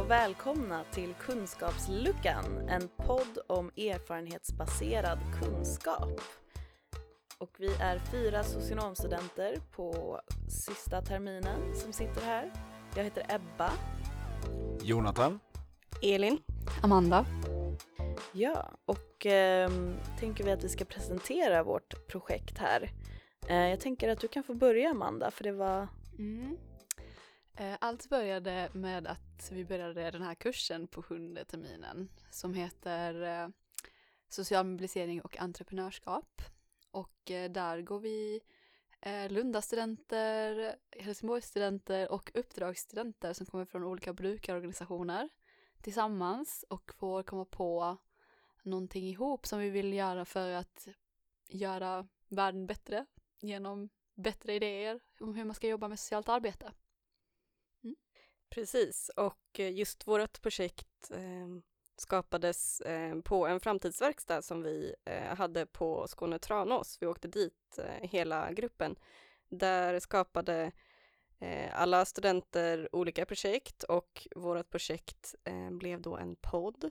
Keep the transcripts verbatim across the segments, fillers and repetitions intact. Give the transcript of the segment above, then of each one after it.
och välkomna till Kunskapsluckan, en podd om erfarenhetsbaserad kunskap. Och vi är fyra socionomstudenter på sista terminen som sitter här. Jag heter Ebba. Jonathan. Elin. Amanda. Ja, och eh, tänker vi att vi ska presentera vårt projekt här. Eh, jag tänker att du kan få börja, Amanda, för det var... Mm. Allt började med att vi började den här kursen på sjunde terminen som heter Social mobilisering och entreprenörskap. Och där går vi Lundastudenter, Helsingborgsstudenter och uppdragsstudenter som kommer från olika brukarorganisationer tillsammans och får komma på någonting ihop som vi vill göra för att göra världen bättre genom bättre idéer om hur man ska jobba med socialt arbete. Mm. Precis, och just vårt projekt eh, skapades eh, på en framtidsverkstad som vi eh, hade på Skåne Tranås. Vi åkte dit eh, hela gruppen. Där skapade eh, alla studenter olika projekt och vårt projekt eh, blev då en podd.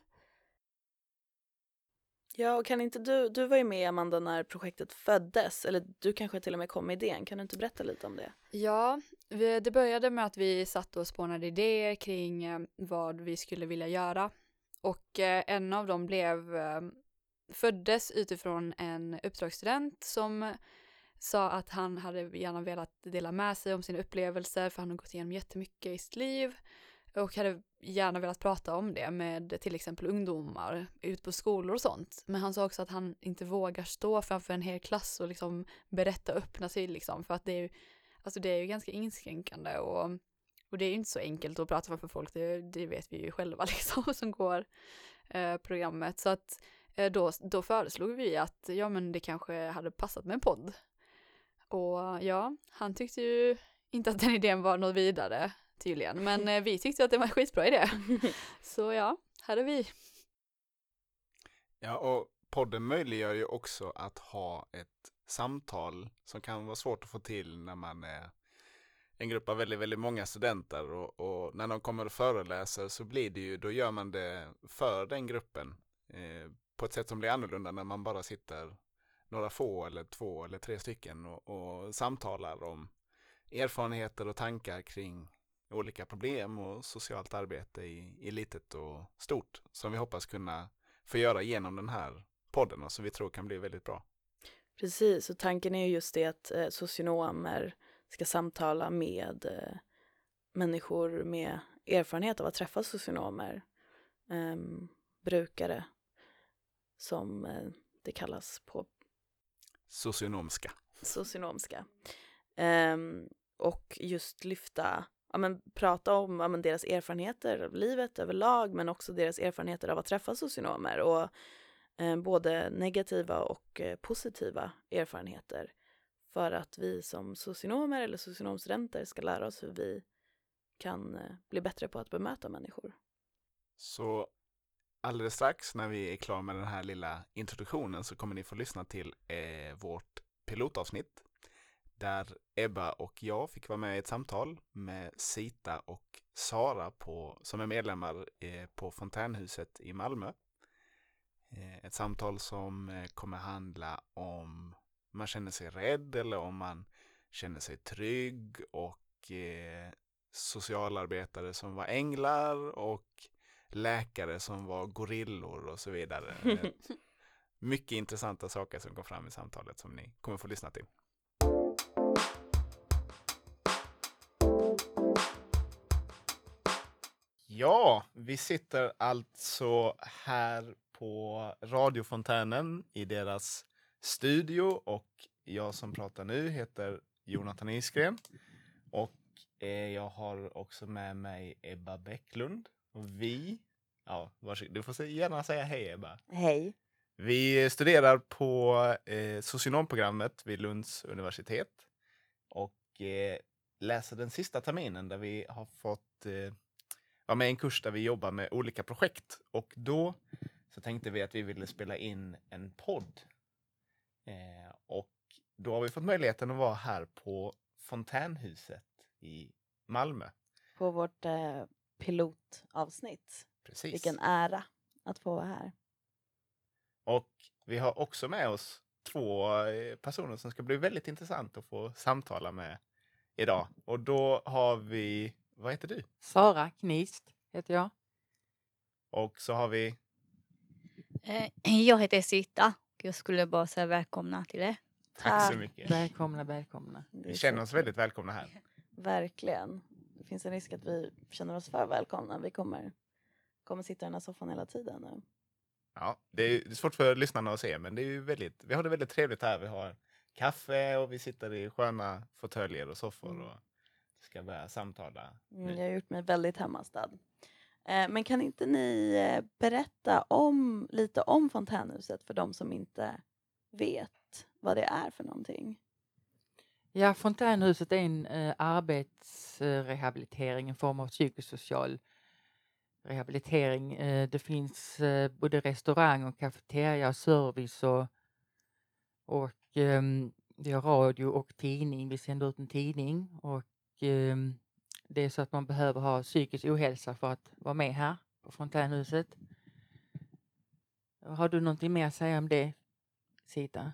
Ja, och kan inte du, du var ju med, Amanda, när projektet föddes, eller du kanske till och med kom med idén. Kan du inte berätta lite om det? Ja, vi, det började med att vi satt och spånade idéer kring eh, vad vi skulle vilja göra. Och eh, en av dem blev, eh, föddes utifrån en uppdragsstudent som sa att han hade gärna velat dela med sig om sina upplevelser för han har gått igenom jättemycket i sitt liv. Och hade gärna velat prata om det med till exempel ungdomar ut på skolor och sånt. Men han sa också att han inte vågar stå framför en hel klass och liksom berätta och öppna sig liksom. För att det är ju, alltså det är ju ganska inskränkande och, och det är ju inte så enkelt att prata framför folk. Det, det vet vi ju själva liksom som går eh, programmet. Så att eh, då, då föreslog vi att ja men det kanske hade passat med en podd. Och ja, han tyckte ju inte att den idén var något vidare. Tydligen. Men eh, vi tyckte att det var en skitbra idé. Så ja, här är vi. Ja, och podden möjliggör ju också att ha ett samtal som kan vara svårt att få till när man är en grupp av väldigt, väldigt många studenter. Och, och när de kommer och föreläser så blir det ju, då gör man det för den gruppen eh, på ett sätt som blir annorlunda när man bara sitter några få eller två eller tre stycken och, och samtalar om erfarenheter och tankar kring olika problem och socialt arbete i, i litet och stort som vi hoppas kunna få göra genom den här podden och som vi tror kan bli väldigt bra. Precis, och tanken är ju just det att eh, socionomer ska samtala med eh, människor med erfarenhet av att träffa socionomer, eh, brukare som eh, det kallas på Socionomska. Socionomska. Eh, och just lyfta Ja, men, prata om ja, men, deras erfarenheter av livet överlag men också deras erfarenheter av att träffa socionomer och eh, både negativa och eh, positiva erfarenheter för att vi som socionomer eller socionomstudenter ska lära oss hur vi kan eh, bli bättre på att bemöta människor. Så alldeles strax när vi är klara med den här lilla introduktionen så kommer ni få lyssna till eh, vårt pilotavsnitt. Där Ebba och jag fick vara med i ett samtal med Sita och Sara på, som är medlemmar eh, på Fontänhuset i Malmö. Eh, ett samtal som eh, kommer handla om man känner sig rädd eller om man känner sig trygg och eh, socialarbetare som var änglar och läkare som var gorillor och så vidare. Eh, mycket intressanta saker som kom fram i samtalet som ni kommer få lyssna till. Ja, vi sitter alltså här på Radiofontänen i deras studio och jag som pratar nu heter Jonathan Isgren och eh, jag har också med mig Ebba Bäcklund och vi, ja varsågod, du får gärna säga hej Ebba. Hej. Vi studerar på eh, socionomprogrammet vid Lunds universitet och eh, läser den sista terminen där vi har fått eh, vara med i en kurs där vi jobbar med olika projekt. Och då så tänkte vi att vi ville spela in en podd. Eh, och då har vi fått möjligheten att vara här på Fontänhuset i Malmö. På vårt eh, pilotavsnitt. Precis. Vilken ära att få vara här. Och vi har också med oss två eh, personer som ska bli väldigt intressant att få samtala med idag. Och då har vi, vad heter du? Sara Knist heter jag. Och så har vi, Eh, Jag heter Sita och jag skulle bara säga välkomna till det. tack så Tack. mycket. Välkomna, välkomna. Det är Vi känner så oss kul. väldigt välkomna här. Verkligen. Det finns en risk att vi känner oss för välkomna. Vi kommer, kommer sitta i den här soffan hela tiden nu. Ja, det är, det är svårt för lyssnarna att se, men det är ju väldigt, vi har det väldigt trevligt här. Vi har kaffe och vi sitter i sköna fåtöljer och soffor Mm. och ska börja samtala. Mm, jag har gjort mig väldigt hemmastad. Eh, men kan inte ni eh, berätta om, lite om fontänhuset för de som inte vet vad det är för någonting? Ja, Fontänhuset är en eh, arbetsrehabilitering, en form av psykosocial rehabilitering. Eh, det finns eh, både restaurang och kafeteria och service och, och ehm, vi har radio och tidning. Vi sänder ut en tidning och ehm, det är så att man behöver ha psykisk ohälsa för att vara med här på Fontänhuset. Har du någonting mer att säga om det, Sita?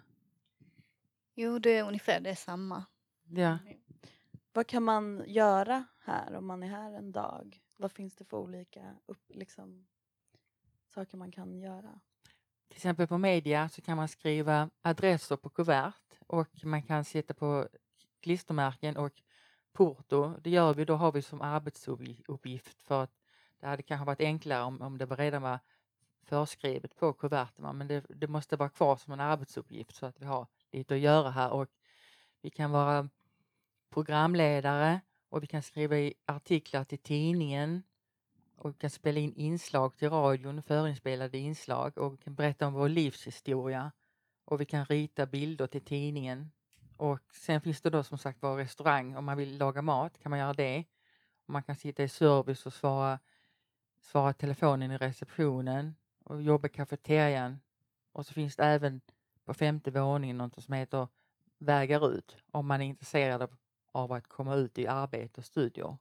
Jo, det är ungefär detsamma. Ja. Vad kan man göra här om man är här en dag? Vad finns det för olika upp, liksom, saker man kan göra? Till exempel på media så kan man skriva adresser på kuvert och man kan sätta på klistermärken och porto. Det gör vi, då har vi som arbetsuppgift för att det hade kanske varit enklare om, om det var redan var förskrivet på kuverten. Men det, det måste vara kvar som en arbetsuppgift så att vi har lite att göra här och vi kan vara programledare och vi kan skriva i artiklar till tidningen och vi kan spela in inslag till radion, förinspelade inslag och vi kan berätta om vår livshistoria och vi kan rita bilder till tidningen. Och sen finns det då som sagt vår restaurang, om man vill laga mat kan man göra det. Och man kan sitta i service och svara, svara telefonen i receptionen och jobba i kafeterian. Och så finns det även på femte våningen något som heter vägar ut om man är intresserad av, av att komma ut i arbete och studier.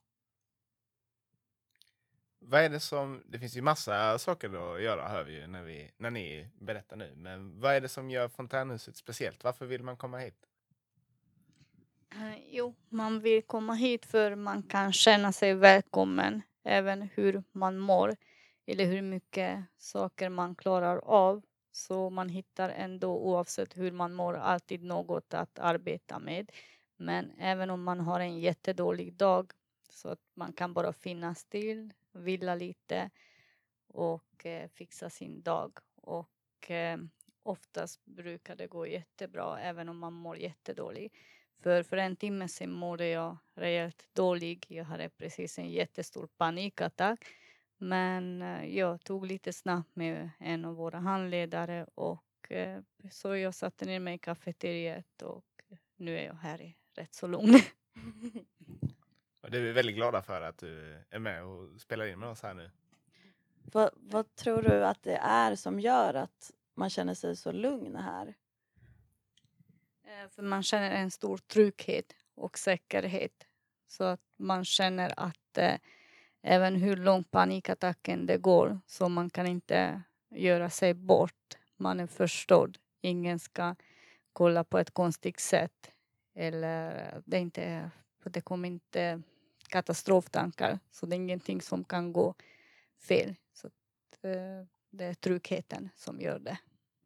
Vad är det som, det finns ju massa saker att göra hör vi ju när, vi, när ni berättar nu. Men vad är det som gör Fontänhuset speciellt? Varför vill man komma hit? Eh, Jo, man vill komma hit för man kan känna sig välkommen. Även hur man mår. Eller hur mycket saker man klarar av. Så man hittar ändå oavsett hur man mår alltid något att arbeta med. Men även om man har en jättedålig dag. Så att man kan bara finnas still. Vila lite. Och eh, fixa sin dag. Och eh, oftast brukar det gå jättebra. Även om man mår jättedåligt. För, för en timme sedan mådde jag rejält dålig. Jag hade precis en jättestor panikattack. Men eh, jag tog lite snabbt med en av våra handledare. Och eh, så jag satte ner mig i kafeteriet. Och nu är jag här i rätt så lugn. Och det är vi väldigt glada för att du är med och spelar in med oss här nu. Vad, vad tror du att det är som gör att man känner sig så lugn här? Eh, För man känner en stor trygghet och säkerhet. Så att man känner att eh, även hur lång panikattacken det går så man kan inte göra sig bort. Man är förstådd. Ingen ska kolla på ett konstigt sätt. Eller det, är inte, det kommer inte katastroftankar. Så det är ingenting som kan gå fel. Så att, eh, det är tryggheten som gör det.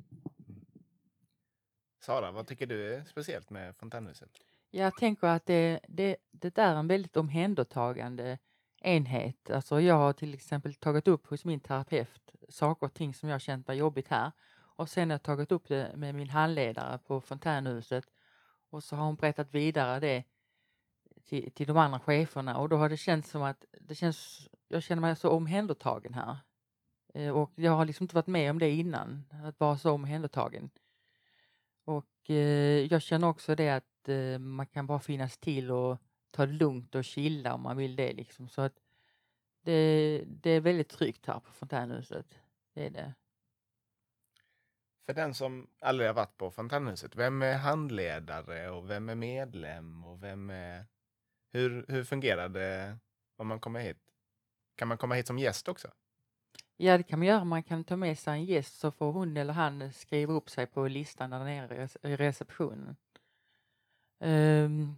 Sara, vad tycker du är speciellt med Fontänhuset? Jag tänker att det, det, det är en väldigt omhändertagande enhet. Alltså jag har till exempel tagit upp hos min terapeut saker och ting som jag känt var jobbigt här. Och sen har jag tagit upp det med min handledare på Fontänhuset. Och så har hon berättat vidare det till, till de andra cheferna. Och då har det känts som att det känns, jag känner mig så omhändertagen här. Eh, och jag har liksom inte varit med om det innan, att vara så omhändertagen. Och eh, jag känner också det att eh, man kan bara finnas till och ta det lugnt och chilla om man vill det liksom. Så att det, det är väldigt tryggt här på Fontänhuset. Det är det. För den som aldrig har varit på Fontänhuset, vem är handledare och vem är medlem och vem är... Hur, hur fungerar det om man kommer hit? kan man komma hit som gäst också? Ja, det kan man göra. Man kan ta med sig en gäst så får hon eller han skriva upp sig på listan där nere i rece- i receptionen. Ehm,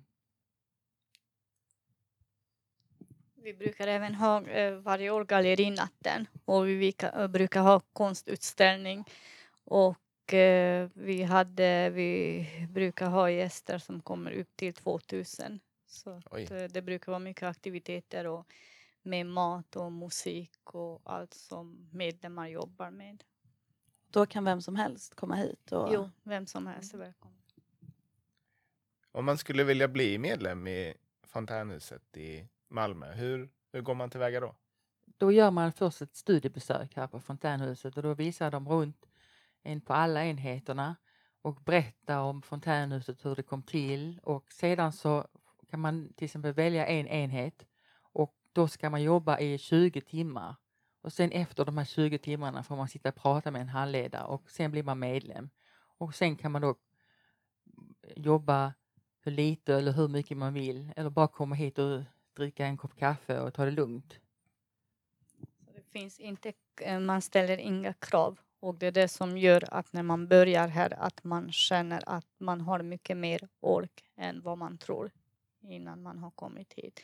Vi brukar även ha eh, varje år gallerinatten och vi vika- eh, brukar ha konstutställning och eh, vi, hade, vi brukar ha gäster som kommer upp till tvåtusen. Så att, Oj. eh, det brukar vara mycket aktiviteter och med mat och musik och allt som medlemmar jobbar med. Då kan vem som helst komma hit. Och... Jo, vem som helst är välkommen. Om man skulle vilja bli medlem i Fontänhuset i Malmö, hur, hur går man tillväga då? Då gör man först ett studiebesök här på Fontänhuset och då visar de runt en på alla enheterna och berättar om Fontänhuset, hur det kom till, och sedan så kan man till exempel välja en enhet och då ska man jobba i tjugo timmar och sen efter de här tjugo timmarna får man sitta och prata med en handledare och sen blir man medlem och sen kan man då jobba hur lite eller hur mycket man vill eller bara komma hit och dricka en kopp kaffe och ta det lugnt. Så det finns inte, eh, man ställer inga krav och det är det som gör att när man börjar här att man känner att man har mycket mer ork än vad man tror innan man har kommit hit.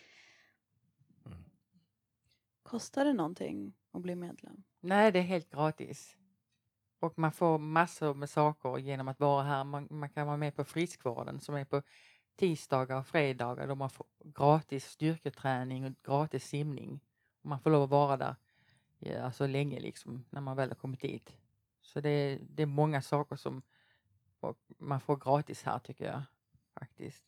Kostar det någonting att bli medlem? Nej, det är helt gratis. Och man får massor med saker genom att vara här. Man, man kan vara med på friskvården som är på tisdagar och fredagar då man får gratis styrketräning och gratis simning. Och man får lov att vara där ja, så länge liksom när man väl har kommit dit. Så det, det är många saker som och man får gratis här tycker jag faktiskt.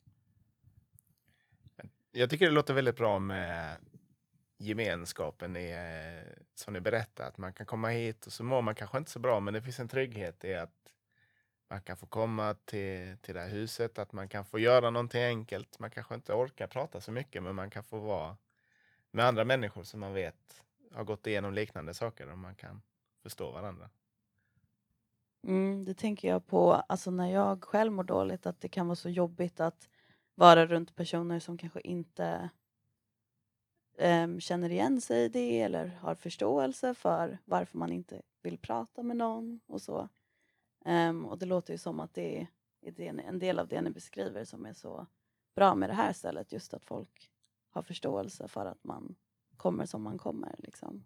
Jag tycker det låter väldigt bra med gemenskapen i, eh, som ni berättar, att man kan komma hit och så mår man kanske inte så bra, men det finns en trygghet i att man kan få komma till, till det här huset, att man kan få göra någonting enkelt. Man kanske inte orkar prata så mycket, men man kan få vara med andra människor som man vet har gått igenom liknande saker och man kan förstå varandra. Mm, det tänker jag på, alltså när jag själv mår dåligt, att det kan vara så jobbigt att vara runt personer som kanske inte um, känner igen sig i det eller har förståelse för varför man inte vill prata med någon och så. Um, och det låter ju som att det är, det är en del av det ni beskriver som är så bra med det här stället, just att folk har förståelse för att man kommer som man kommer. Liksom.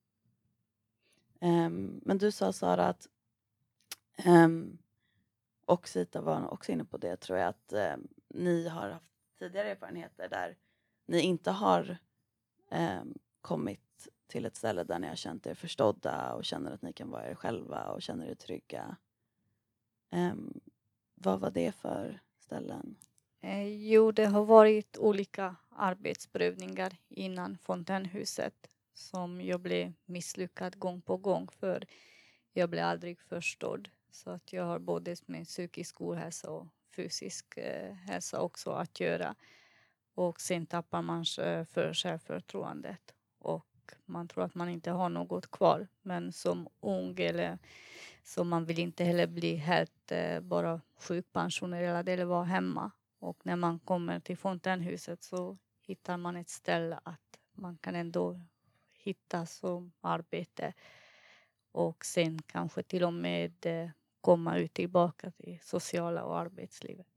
Um, men du sa, Sara, att Um, och Sita var också inne på det, tror jag, att um, ni har haft tidigare erfarenheter där ni inte har um, kommit till ett ställe där ni har känt er förstådda och känner att ni kan vara er själva och känner er trygga. Um, vad var det för ställen? Eh, jo, det har varit olika arbetsprövningar innan Fontänhuset som jag blev misslyckad gång på gång för jag blev aldrig förstådd. Så att jag har både med psykisk ohälsa och fysisk eh, hälsa också att göra. Och sen tappar man för självförtroendet. Och man tror att man inte har något kvar. Men som ung eller så man vill inte heller bli helt eh, bara sjukpensionerad eller vara hemma. Och när man kommer till Fontänhuset så hittar man ett ställe att man kan ändå hitta som arbete. Och sen kanske till och med eh, komma ut tillbaka till sociala och arbetslivet.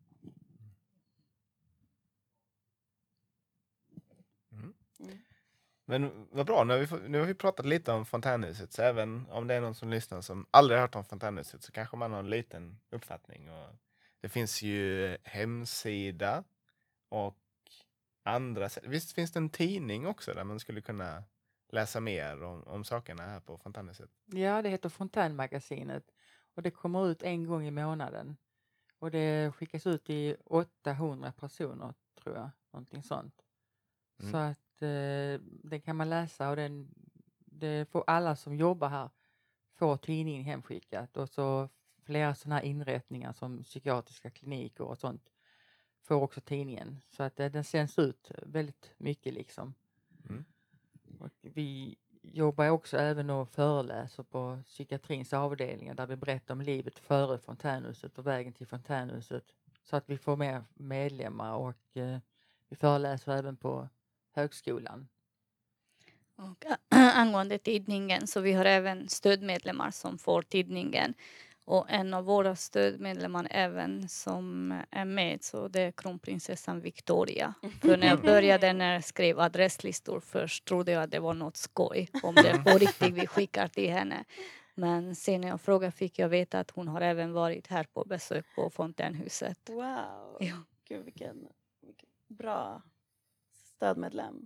Mm. Mm. Men vad bra, nu har, vi, få- nu har vi pratat lite om Fontänhuset, så även om det är någon som lyssnar som aldrig har hört om Fontänhuset så kanske man har en liten uppfattning. Och det finns ju hemsida och andra, sä- visst finns det en tidning också där man skulle kunna läsa mer om, om sakerna här på Fontänhuset? Ja, det heter Fontänmagasinet och det kommer ut en gång i månaden. Och det skickas ut till åttahundra personer tror jag, någonting sånt. Mm. Så att eh, den kan man läsa och den, det får alla som jobbar här får tidningen hemskickat och så flera sådana här inrättningar som psykiatriska kliniker och sånt får också tidningen. Så att eh, den sänds ut väldigt mycket liksom. Mm. Och vi jobbar också även och föreläser på psykiatrins avdelningar där vi berättar om livet före Fontänhuset och vägen till Fontänhuset så att vi får mer medlemmar och eh, vi föreläser även på högskolan. Och angående tidningen, så vi har även stödmedlemmar som får tidningen. Och en av våra stödmedlemmar även som är med, så det är kronprinsessan Victoria. För när jag började, när jag skrev adresslistor först, trodde jag att det var något skoj. Om det på riktigt vi skickar till henne. Men sen när jag frågade fick jag veta att hon har även varit här på besök på Fontänhuset. Wow, Ja. gud vilken, vilken bra stödmedlem.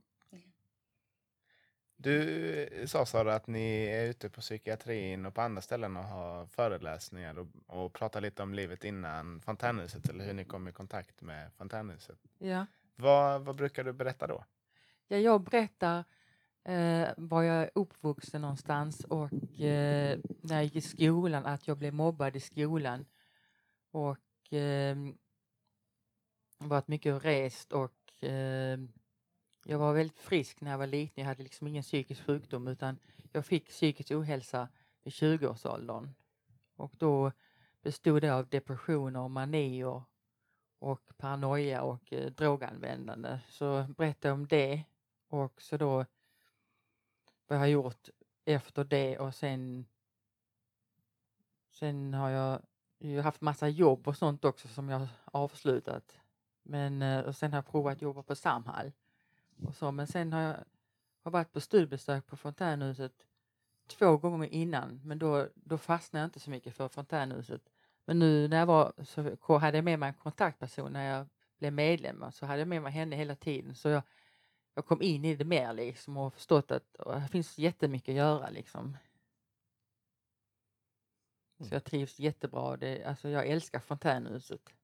Du sa Sara att ni är ute på psykiatrin och på andra ställen och har föreläsningar och, och pratar lite om livet innan Fontänhuset eller hur ni kom i kontakt med Fontänhuset. Ja. Vad, vad brukar du berätta då? Ja, jag berättar eh, var jag är uppvuxen någonstans och eh, när jag gick i skolan att jag blev mobbad i skolan och eh, varit mycket rest och eh, jag var väldigt frisk när jag var liten. Jag hade liksom ingen psykisk sjukdom utan jag fick psykisk ohälsa i tjugoårsåldern. Och då bestod det av depressioner och manier och paranoia och eh, droganvändande. Så berättade jag om det och så då vad jag har gjort efter det och sen sen har jag ju haft massa jobb och sånt också som jag har avslutat. Men eh, och sen har jag provat att jobba på Samhall. Och så, men sen har jag har varit på studiebesök på Fontänhuset två gånger innan. Men då, då fastnade jag inte så mycket för Fontänhuset. Men nu när jag var så hade jag med mig en kontaktperson när jag blev medlem. Så hade jag med mig henne hela tiden. Så jag, jag kom in i det mer liksom och förstått att och det finns jättemycket att göra liksom. Så jag trivs jättebra. Det, alltså jag älskar Fontänhuset.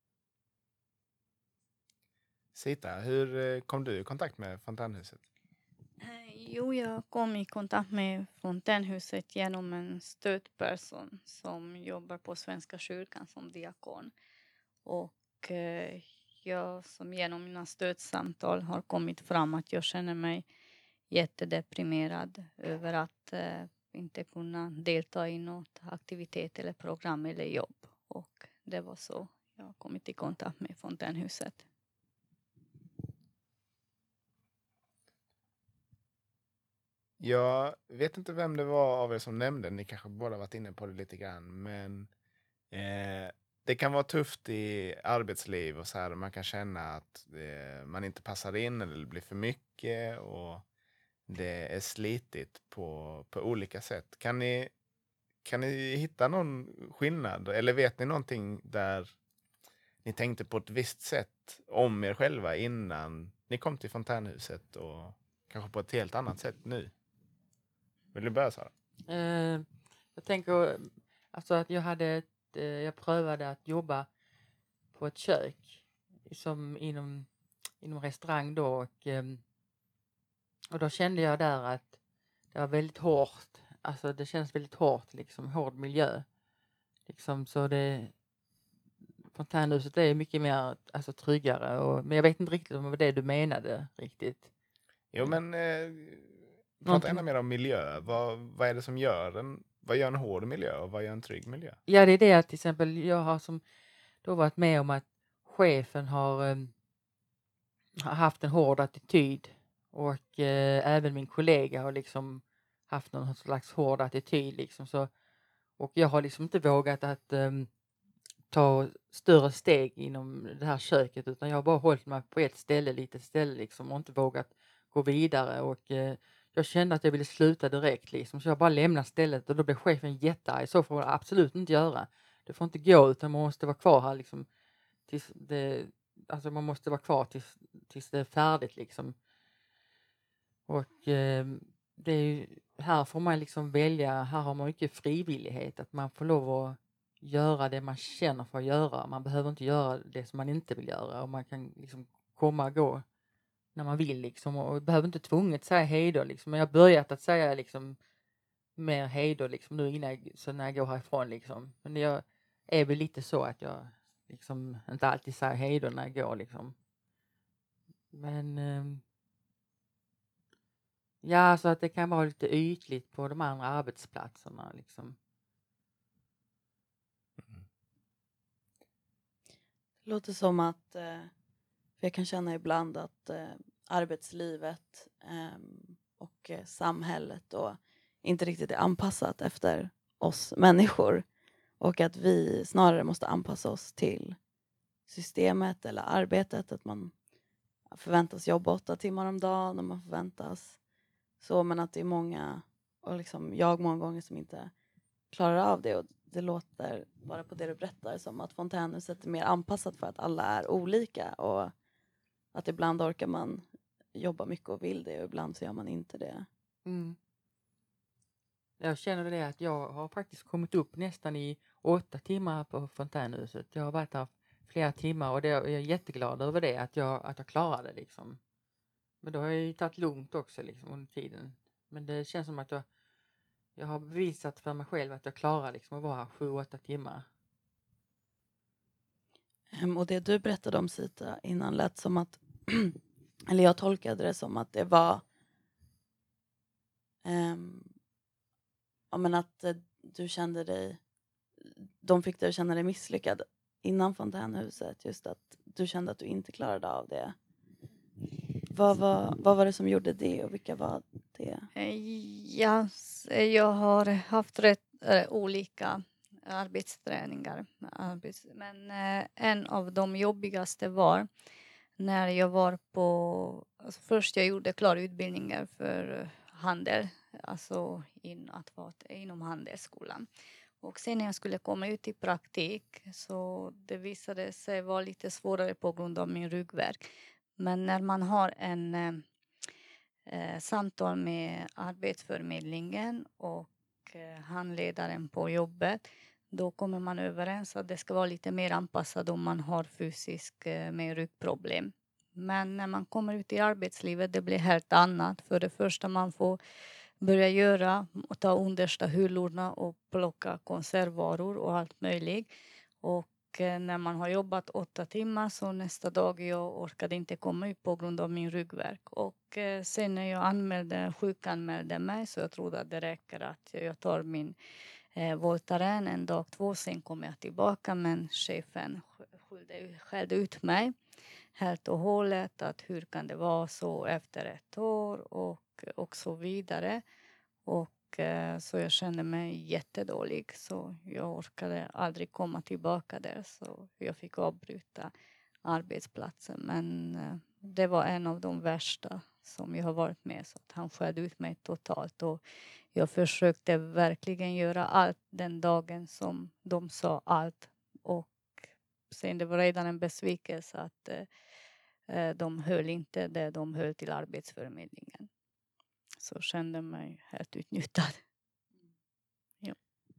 Sita, hur kom du i kontakt med Fontänhuset? Jo, jag kom i kontakt med Fontänhuset genom en stödperson som jobbar på Svenska kyrkan som diakon. Och eh, jag som genom mina stödsamtal har kommit fram att jag känner mig jättedeprimerad över att eh, inte kunna delta i något aktivitet eller program eller jobb. Och det var så jag har kommit i kontakt med Fontänhuset. Jag vet inte vem det var av er som nämnde, ni kanske båda varit inne på det lite grann, men eh, det kan vara tufft i arbetsliv och så här, man kan känna att eh, man inte passar in eller det blir för mycket och det är slitigt på, på olika sätt. Kan ni, kan ni hitta någon skillnad eller vet ni någonting där ni tänkte på ett visst sätt om er själva innan ni kom till Fontänhuset och kanske på ett helt annat sätt nu? Vill du börja, Sara? Eh, jag tänker alltså att jag hade ett, eh, jag prövade att jobba på ett kök som inom, inom restaurang då och, eh, och då kände jag där att det var väldigt hårt. Alltså det känns väldigt hårt, liksom hård miljö. Liksom så det Fontänhuset är mycket mer alltså, tryggare och, men jag vet inte riktigt om det var det du menade riktigt. Jo, men eh, prata Någonting- ännu mer om miljö. Vad, vad är det som gör en, vad gör en hård miljö och vad gör en trygg miljö? Ja, det är det att till exempel jag har som då varit med om att chefen har, um, har haft en hård attityd och eh, även min kollega har liksom haft någon slags hård attityd liksom så och jag har liksom inte vågat att um, ta större steg inom det här köket utan jag har bara hållit mig på ett ställe, lite ställe liksom och inte vågat gå vidare och eh, jag kände att jag ville sluta direkt liksom så jag bara lämnade stället och då blev chefen jättearg. Så får man absolut inte göra. Det får inte gå utan man måste vara kvar här liksom tills det, alltså man måste vara kvar tills, tills det är färdigt liksom. Och eh, det är ju, här får man liksom välja, här har man mycket frivillighet att man får lov att göra det man känner för att göra. Man behöver inte göra det som man inte vill göra och man kan liksom komma och gå när man vill liksom och behöver inte tvunget säga hej då liksom. Men jag har börjat att säga liksom mer hej då liksom nu innan jag, så när jag går härifrån liksom. Men jag är väl lite så att jag liksom inte alltid säger hej då när jag går liksom. Men ehm, ja, så att det kan vara lite ytligt på de andra arbetsplatserna liksom. Det låter som att, eh, för jag kan känna ibland att eh, arbetslivet eh, och eh, samhället och inte riktigt är anpassat efter oss människor. Och att vi snarare måste anpassa oss till systemet eller arbetet. Att man förväntas jobba åtta timmar om dagen och man förväntas så. Men att det är många, och liksom jag många gånger, som inte klarar av det. Och det låter bara på det du berättar som att fontänhuset är mer anpassat för att alla är olika. Och att ibland orkar man jobba mycket och vill det och ibland så gör man inte det. Mm. Jag känner det att jag har faktiskt kommit upp nästan i åtta timmar på fontänhuset. Jag har varit här flera timmar och det, jag är jätteglad över det, att jag, att jag klarade det liksom. Men då har jag ju tagit lugnt också liksom under tiden. Men det känns som att jag, jag har bevisat för mig själv att jag klarar liksom att vara här sju, åtta timmar. Um, och det du berättade om, Sita, innan lät som att, eller jag tolkade det som att det var um, ja, men att uh, du kände dig, de fick dig att känna dig misslyckad innan fontänhuset, just att du kände att du inte klarade av det. Vad var, vad var det som gjorde det och vilka var det? Ja, jag har haft rätt äh, olika arbetsträningar. Arbets, men äh, en av de jobbigaste var när jag var på... Alltså först jag gjorde klara utbildningar för handel. Alltså in, att vara inom handelsskolan. Och sen när jag skulle komma ut i praktik så det visade sig vara lite svårare på grund av min ryggvärk. Men när man har en eh, samtal med arbetsförmedlingen och eh, handledaren på jobbet, då kommer man överens att det ska vara lite mer anpassat om man har fysisk eh, med ryggproblem. Men när man kommer ut i arbetslivet det blir helt annat. För det första man får börja göra och ta understa hyllorna och plocka konservvaror och allt möjligt. Och eh, när man har jobbat åtta timmar så nästa dag jag orkade inte komma ut på grund av min ryggvärk. Och eh, sen när jag anmälde, sjukanmälde mig så jag trodde att det räcker att jag tar min eh, Voltaren en dag, två, sen kommer jag tillbaka. Men chefen skällde, skällde ut mig helt och hållet, att hur kan det vara så efter ett år och, och så vidare. Och eh, så jag kände mig jättedålig, så jag orkade aldrig komma tillbaka där, så jag fick avbryta arbetsplatsen. Men eh, det var en av de värsta som jag har varit med, så att han skällde ut mig totalt. Och jag försökte verkligen göra allt den dagen som de sa allt. Och sen det var redan en besvikelse att eh, de höll inte det de höll till arbetsförmedlingen. Så kände mig helt utnyttjad. Ja.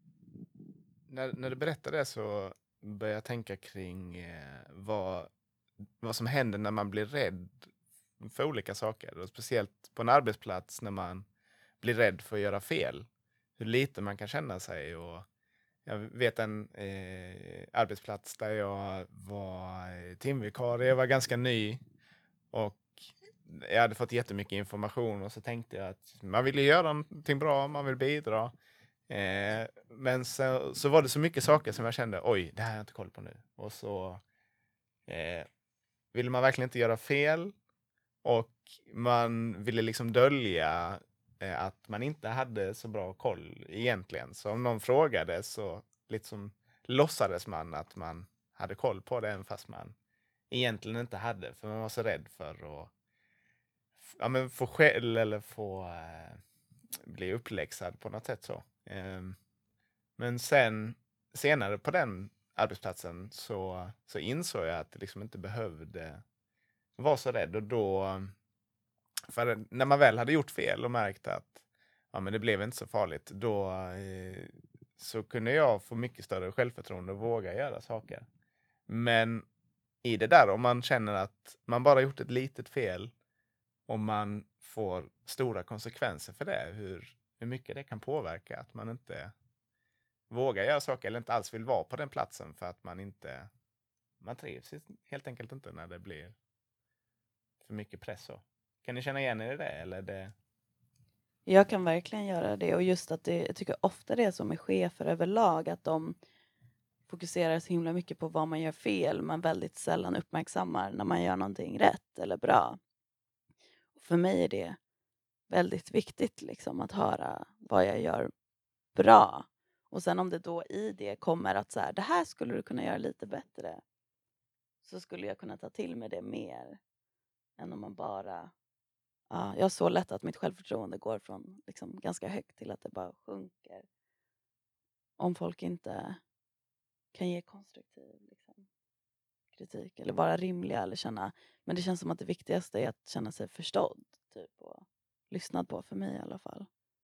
När, när du berättar det så börjar jag tänka kring eh, vad, vad som händer när man blir rädd för olika saker. Och speciellt på en arbetsplats när man blir rädd för att göra fel. Hur lite man kan känna sig. Och jag vet en eh, arbetsplats där jag var timvikarie. Jag var ganska ny och jag hade fått jättemycket information och så tänkte jag att man vill göra någonting bra, man vill bidra. Eh, men så, så var det så mycket saker som jag kände, oj, det här har jag inte koll på nu. Och så eh, ville man verkligen inte göra fel och man ville liksom dölja eh, att man inte hade så bra koll egentligen. Så om någon frågade så liksom låtsades man att man hade koll på det, även fast man egentligen inte hade, för man var så rädd för att ja, men få skäll eller få eh, bli uppläxad på något sätt så. Eh, men sen senare på den arbetsplatsen så, så insåg jag att det liksom inte behövde vara så rädd. Och då, för när man väl hade gjort fel och märkt att ja, men det blev inte så farligt, då eh, så kunde jag få mycket större självförtroende och våga göra saker. Men i det där, om man känner att man bara gjort ett litet fel och man får stora konsekvenser för det, hur, hur mycket det kan påverka att man inte vågar göra saker eller inte alls vill vara på den platsen för att man inte man trivs helt enkelt inte när det blir för mycket press. Så. Kan ni känna igen er i det? Eller det? Jag kan verkligen göra det, och just att det, jag tycker ofta det är som med chefer överlag, att de fokuserar så himla mycket på vad man gör fel, men väldigt sällan uppmärksammar när man gör någonting rätt eller bra. Och för mig är det väldigt viktigt liksom att höra vad jag gör bra. Och sen om det då i det kommer att så här, det här skulle du kunna göra lite bättre, så skulle jag kunna ta till mig det mer än om man bara, ja, jag har så lätt att mitt självförtroende går från liksom ganska högt till att det bara sjunker. Om folk inte kan ge konstruktiv liksom, kritik eller vara rimliga eller känna, men det känns som att det viktigaste är att känna sig förstådd typ, och lyssnad på, för mig i alla fall.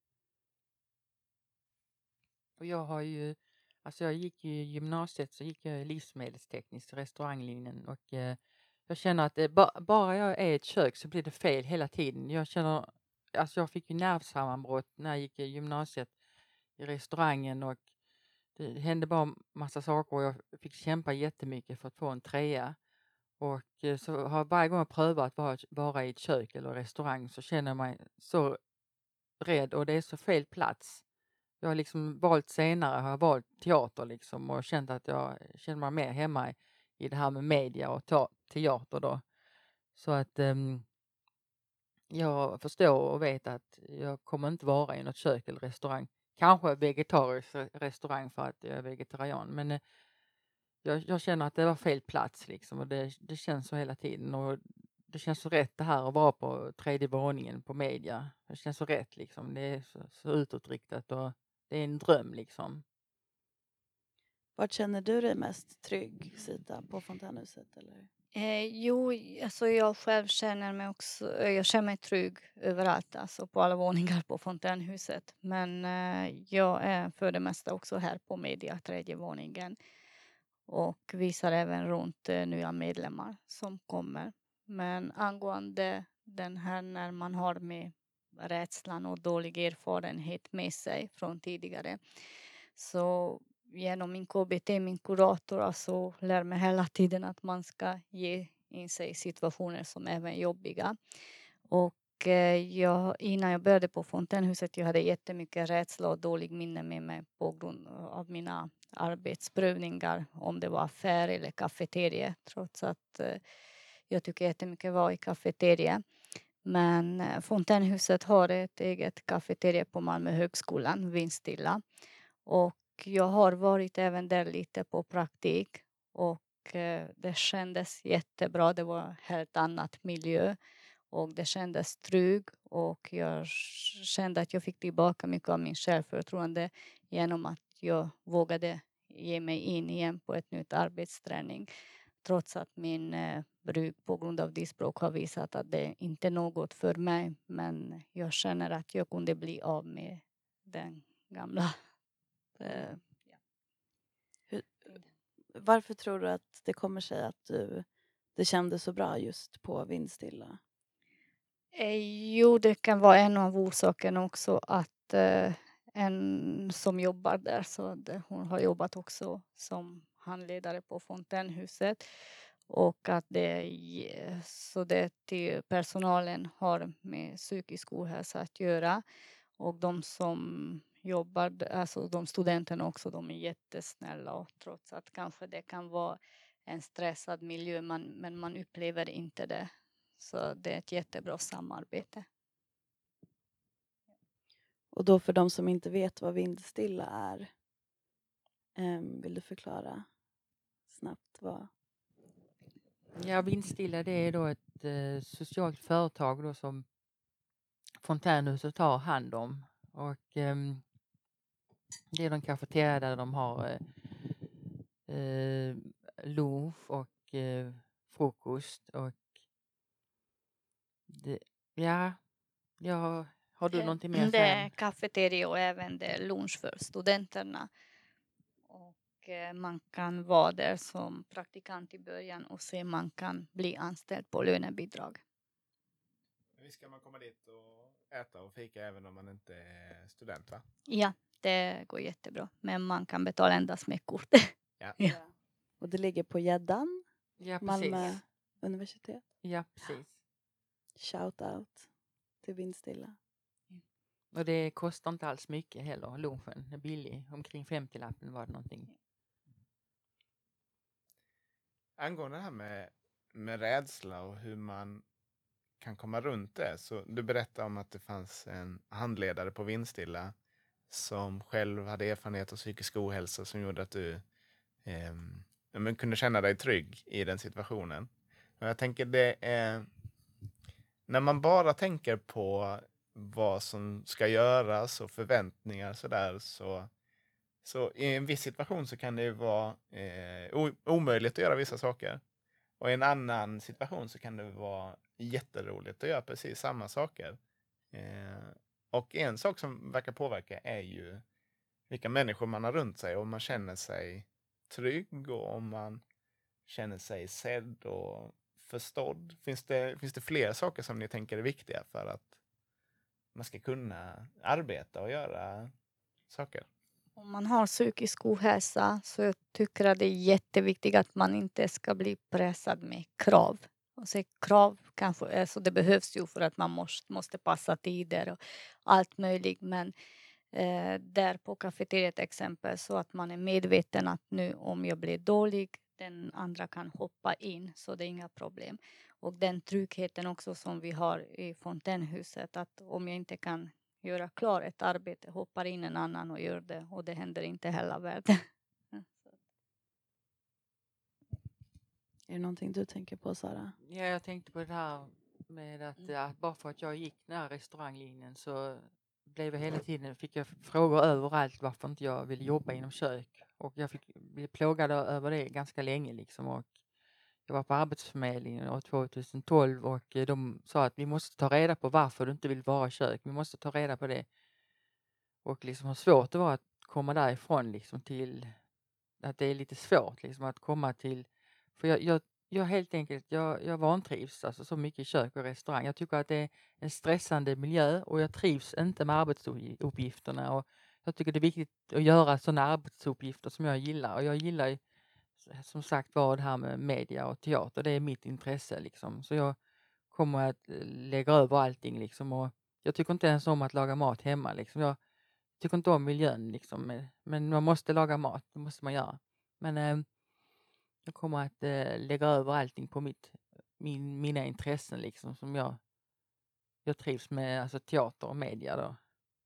Och jag har ju, alltså jag gick i gymnasiet så gick jag livsmedelsteknisk restauranglinjen och eh, jag känner att det, ba, bara jag är i ett kök så blir det fel hela tiden. Jag känner, alltså jag fick ju nervsammanbrott när jag gick i gymnasiet i restaurangen och det hände bara massa saker och jag fick kämpa jättemycket för att få en trea. Och eh, så har jag varje gång jag prövat vara, vara i ett kök eller restaurang så känner jag mig så rädd och det är så fel plats. Jag har liksom valt senare, har jag valt teater liksom och känt att jag känner mig mer hemma i, i det här med media och ta, teater då. Så att um, jag förstår och vet att jag kommer inte vara i något kök eller restaurang. Kanske vegetarisk restaurang för att jag är vegetarian, men eh, jag, jag känner att det var fel plats liksom och det, det känns så hela tiden och det känns så rätt det här att vara på tredje våningen på media. Det känns så rätt liksom, det är så, så utåtriktat och det är en dröm liksom. Vart känner du dig mest trygg, Sita, på Fontänhuset eller? Eh, jo, alltså jag själv känner mig också, eh, jag känner mig trygg överallt, alltså på alla våningar på Fontänhuset. Men eh, jag är för det mesta också här på media, tredje våningen. Och visar även runt eh, nya medlemmar som kommer. Men angående den här när man har med rädslan och dålig erfarenhet med sig från tidigare. Så genom min K B T, min kurator, alltså lär mig hela tiden att man ska ge in sig i situationer som även är jobbiga. Och eh, jag, innan jag började på Fontänhuset, jag hade jättemycket rädsla och dålig minne med mig på grund av mina arbetsprövningar, om det var affär eller kafeteria, trots att eh, jag tycker jättemycket var i kafeteria. Men eh, Fontänhuset har ett eget kafeteria på Malmö högskolan, Vindstilla. Och jag har varit även där lite på praktik och eh, det kändes jättebra. Det var en helt annat miljö och det kändes trygg och jag kände att jag fick tillbaka mycket av min självförtroende genom att jag vågade ge mig in igen på ett nytt arbetsträning. Trots att min eh, bruk på grund av diskbråck har visat att det inte är något för mig. Men jag känner att jag kunde bli av med den gamla. Eh, ja. Hur, varför tror du att det kommer sig att du, det kändes så bra just på Vindstilla? Eh, jo, det kan vara en av orsakerna också att eh, en som jobbar där, så det, hon har jobbat också som handledare på Fontänhuset. Och att det, så det till personalen har med psykisk ohälsa att göra. Och de som jobbar, alltså de studenterna också, de är jättesnälla. Och trots att kanske det kan vara en stressad miljö, man, men man upplever inte det. Så det är ett jättebra samarbete. Och då för de som inte vet vad Vindstilla är, um, vill du förklara snabbt vad? Ja, Vindstilla det är då ett eh, socialt företag då som Fontänhuset tar hand om. Och eh, det är de kafeteria där de har eh, eh, lunch och eh, frukost. Och det, ja, ja, har du någonting mer att Det är säga? kafeteria och även det är lunch för studenterna. Och eh, man kan vara där som praktikant i början och sen man kan bli anställd på lönebidrag. Visst kan man komma dit och äta och fika även om man inte är student, va? Ja, det går jättebra. Men man kan betala endast med kort. Ja. Ja. Och det ligger på Gäddan, Ja, precis. Malmö universitet. Ja, precis. Shout out till Vindstilla. Och det kostar inte alls mycket heller, lunchen är billig. Omkring femtio-lappen var det någonting. Angående det här med, med rädsla och hur man kan komma runt det. Så du berättade om att det fanns en handledare på Vindstilla som själv hade erfarenhet av psykisk ohälsa som gjorde att du eh, men kunde känna dig trygg i den situationen. Och jag tänker det är när man bara tänker på vad som ska göras och förväntningar så där, så så i en viss situation så kan det vara eh, o- omöjligt att göra vissa saker. Och i en annan situation så kan det vara jätteroligt att göra precis samma saker. Eh, och en sak som verkar påverka är ju vilka människor man har runt sig. Om man känner sig trygg och om man känner sig sedd och förstådd. Finns det, finns det fler saker som ni tänker är viktiga för att man ska kunna arbeta och göra saker? Om man har psykisk ohälsa så jag tycker att det är jätteviktigt att man inte ska bli pressad med krav. Och så krav kanske, alltså det behövs ju för att man måste, måste passa tider och allt möjligt. Men eh, där på kafeteriet exempel så att man är medveten att nu om jag blir dålig den andra kan hoppa in så det är inga problem. Och den tryggheten också som vi har i fontänhuset att om jag inte kan göra klar ett arbete, hoppar in en annan och gör det och det händer inte hela världen. Är det någonting du tänker på, Sara? Ja, jag tänkte på det här med att, Mm. att bara för att jag gick den här restauranglinjen så blev jag hela tiden, fick jag frågor överallt varför inte jag ville jobba inom kök. Och jag fick bli plågad över det ganska länge liksom. Och jag var på Arbetsförmedlingen år tjugohundratolv och eh, de sa att vi måste ta reda på varför du inte vill vara i kök. Vi måste ta reda på det. Och liksom hur svårt det var att komma därifrån liksom till att det är lite svårt liksom att komma till, för jag, jag, jag helt enkelt, jag, jag vantrivs alltså så mycket i kök och restaurang. Jag tycker att det är en stressande miljö och jag trivs inte med arbetsuppgifterna och jag tycker det är viktigt att göra sådana arbetsuppgifter som jag gillar och jag gillar ju som sagt var det här med media och teater, det är mitt intresse liksom. Så jag kommer att eh, lägga över allting liksom och jag tycker inte ens om att laga mat hemma liksom. Jag tycker inte om miljön liksom, men- men man måste laga mat, det måste man göra. Men eh, jag kommer att eh, lägga över allting på mitt, min, mina intressen liksom som jag, jag trivs med, alltså teater och media då.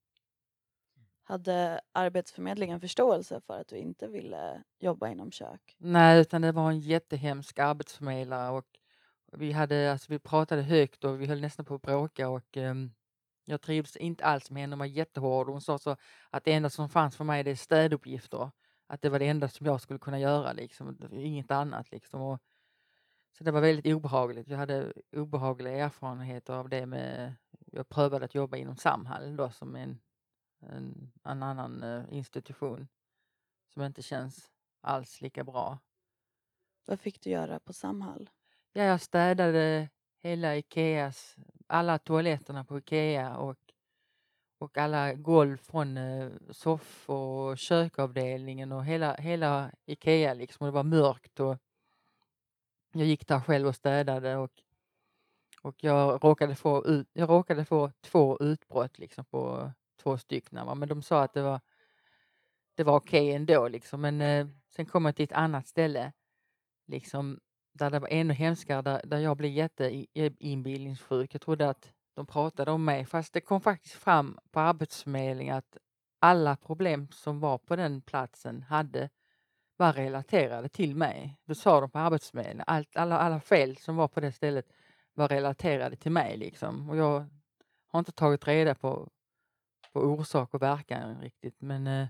Hade Arbetsförmedlingen förståelse för att du inte ville jobba inom kök? Nej, utan det var en jättehemsk arbetsförmedlare och vi hade, alltså vi pratade högt och vi höll nästan på att bråka och ehm, jag trivs inte alls med henne, hon var jättehård och hon sa så att det enda som fanns för mig det är städuppgifter. Att det var det enda som jag skulle kunna göra liksom, inget annat liksom. Och, så det var väldigt obehagligt. Jag hade obehagliga erfarenheter av det med, jag prövade att jobba inom Samhall då som en, en, en annan eh, institution som inte känns alls lika bra. Vad fick du göra på Samhall? Ja, jag städade hela Ikeas, alla toaletterna på Ikea och, och alla golv från eh, soff- och kökavdelningen och hela, hela Ikea liksom. Och det var mörkt och jag gick där själv och städade och, och jag, råkade få ut, jag råkade få två utbrott liksom på två stycken. Va? Men de sa att det var, det var okej ändå liksom. Men eh, sen kom jag till ett annat ställe liksom där det var ännu hemskare, där, där jag blev jätteinbillningssjuk. Jag trodde att de pratade om mig, fast det kom faktiskt fram på Arbetsförmedlingen att alla problem som var på den platsen hade var relaterade till mig. Då sa de på Arbetsförmedlingen, allt, alla, alla fel som var på det stället var relaterade till mig liksom. Och jag har inte tagit reda på, på orsak och verkan riktigt, men eh,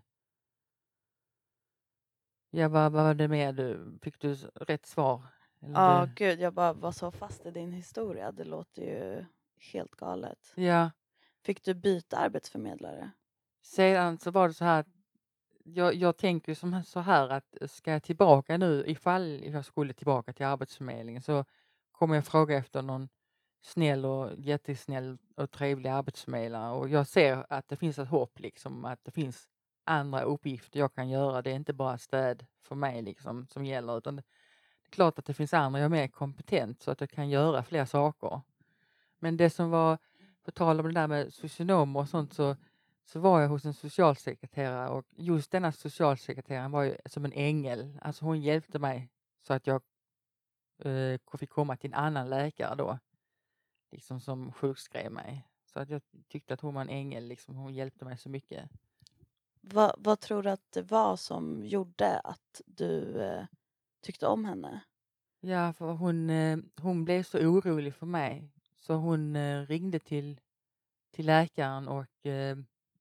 ja, vad, vad var det med du? Fick du rätt svar? Eller Ja, det- gud, jag bara var så fast i din historia. Det låter ju helt galet. Ja, Fick du byta arbetsförmedlare? sedan så var det så här att jag, jag tänker som så här att ska jag tillbaka nu, ifall jag skulle tillbaka till Arbetsförmedlingen så kommer jag fråga efter någon snäll och jättesnäll och trevlig arbetsförmedlare och jag ser att det finns ett hopp liksom, att det finns andra uppgifter jag kan göra. Det är inte bara städ för mig liksom som gäller utan det är klart att det finns andra, jag är mer kompetent så att jag kan göra fler saker. Men det som var, på tal om det där med socionomer och sånt så så var jag hos en socialsekreterare och just denna socialsekreterare var ju som en ängel. Alltså hon hjälpte mig så att jag eh, fick komma till en annan läkare då. liksom som sjukskrev mig. Så att jag tyckte att hon var en ängel, liksom. Hon hjälpte mig så mycket. Va, vad tror du att det var som gjorde att du eh, tyckte om henne? Ja, för hon, eh, hon blev så orolig för mig. Så hon eh, ringde till, till läkaren och eh,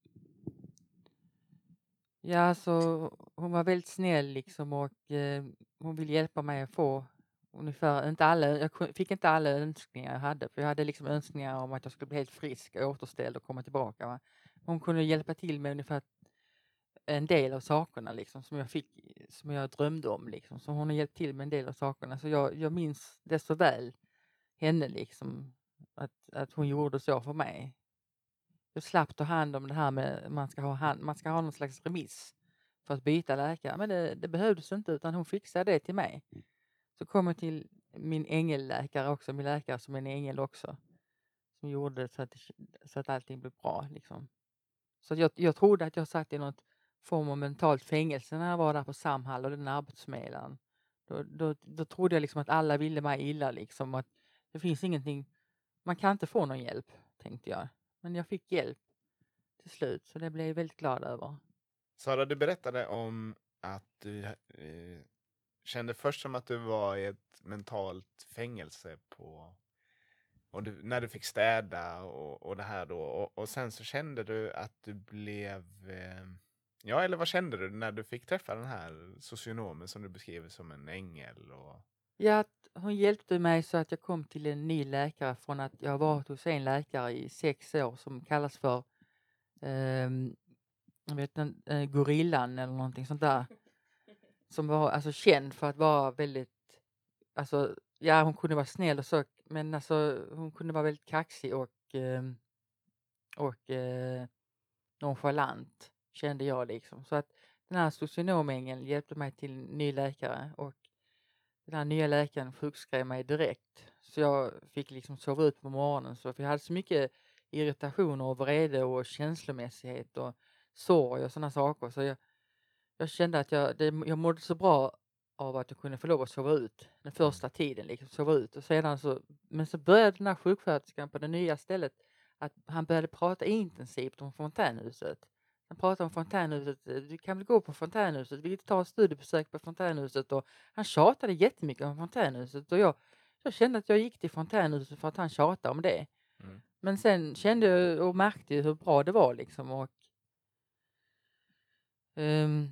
ja, så hon var väldigt snäll liksom och eh, hon ville hjälpa mig att få ungefär, inte alla, jag ku- fick inte alla önskningar jag hade. För jag hade liksom önskningar om att jag skulle bli helt frisk och återställd och komma tillbaka. Va? Hon kunde hjälpa till med ungefär en del av sakerna liksom som jag fick, som jag drömde om liksom. Så hon har hjälpt till med en del av sakerna. Så jag, jag minns det så väl, henne liksom, att, att hon gjorde så för mig. Jag slapp ta hand om det här med man ska ha, hand, man ska ha någon slags remiss för att byta läkare. Men det, det behövdes inte, utan hon fixade det till mig. Så kom jag till min ängelläkare också, min läkare som är en ängel också. Som gjorde det så att, så att allting blev bra liksom. Så jag, jag trodde att jag satt i något form av mentalt fängelse när jag var där på Samhall och den arbetsförmedlaren. Då, då, då trodde jag liksom att alla ville mig illa liksom. Att det finns ingenting, man kan inte få någon hjälp, tänkte jag. Men jag fick hjälp till slut, så det blev jag väldigt glad över. Sara, du berättade om att du eh, kände först som att du var i ett mentalt fängelse på, och du, när du fick städa och, och det här då. Och, och sen så kände du att du blev... Eh, ja, eller vad kände du när du fick träffa den här socionomen som du beskriver som en ängel? Och... Ja, att hon hjälpte mig så att jag kom till en ny läkare från att jag har varit hos en läkare i sex år som kallas för ehm, jag vet inte, eh, gorillan eller någonting sånt där. Som var alltså känd för att vara väldigt, alltså ja, hon kunde vara snäll och så, men alltså hon kunde vara väldigt kaxig och ehm, och eh, nonchalant, kände jag liksom. Så att den här socionomängeln hjälpte mig till en ny läkare och den här nya läkaren sjukskrev mig direkt. Så jag fick liksom sova ut på morgonen. Så för jag hade så mycket irritation och vrede och känslomässighet och sorg och sådana saker. Så jag, jag kände att jag, det, jag mådde så bra av att jag kunde få lov att sova ut den första tiden. Liksom, sova ut. Och sedan så, men så började den här sjuksköterskan på det nya stället att han började prata intensivt om fontänhuset. Han pratade om fontänhuset, du kan väl gå på fontänhuset, vi tar ett studiebesök på fontänhuset, och han tjatade jättemycket om fontänhuset och jag, jag kände att jag gick till fontänhuset för att han tjatade om det. Mm. Men sen kände jag och märkte hur bra det var liksom och um,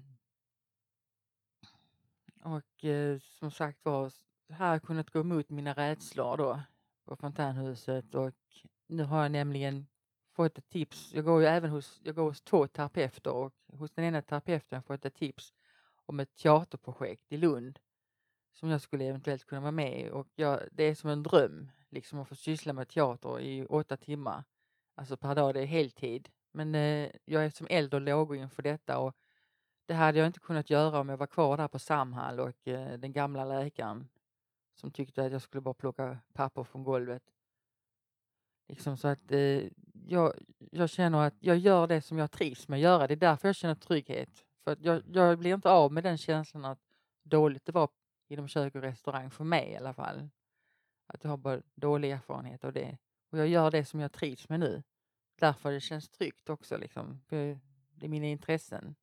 och uh, som sagt var, här har jag kunnat gå emot mina rädslor då på fontänhuset, och nu har jag nämligen fått ett tips. Jag går ju även hos, jag går hos två terapeuter, och hos den ena terapeuten har jag fått ett tips om ett teaterprojekt i Lund som jag skulle eventuellt kunna vara med i. Och jag, det är som en dröm liksom att få syssla med teater i åtta timmar. Alltså per dag, det är heltid. Men eh, jag är som eld och lågor inför detta, och det hade jag inte kunnat göra om jag var kvar där på Samhall och eh, den gamla läkaren som tyckte att jag skulle bara plocka papper från golvet. Liksom så att eh, jag, jag känner att jag gör det som jag trivs med att göra. Det är därför jag känner trygghet. För att jag, jag blir inte av med den känslan att dåligt det var inom kök och restaurang, för mig i alla fall. Att jag har bara dålig erfarenhet av det. Och jag gör det som jag trivs med nu. Därför det känns tryggt också liksom. För det är mina intressen.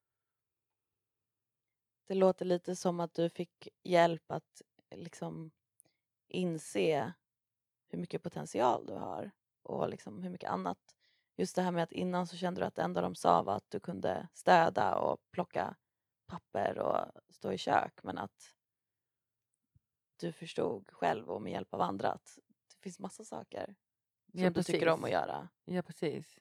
Det låter lite som att du fick hjälp att liksom inse hur mycket potential du har och liksom hur mycket annat. Just det här med att innan så kände du att det enda de sa var att du kunde städa och plocka papper och stå i kök, men att du förstod själv och med hjälp av andra att det finns massa saker som Ja, du tycker om precis. att göra. Ja, precis.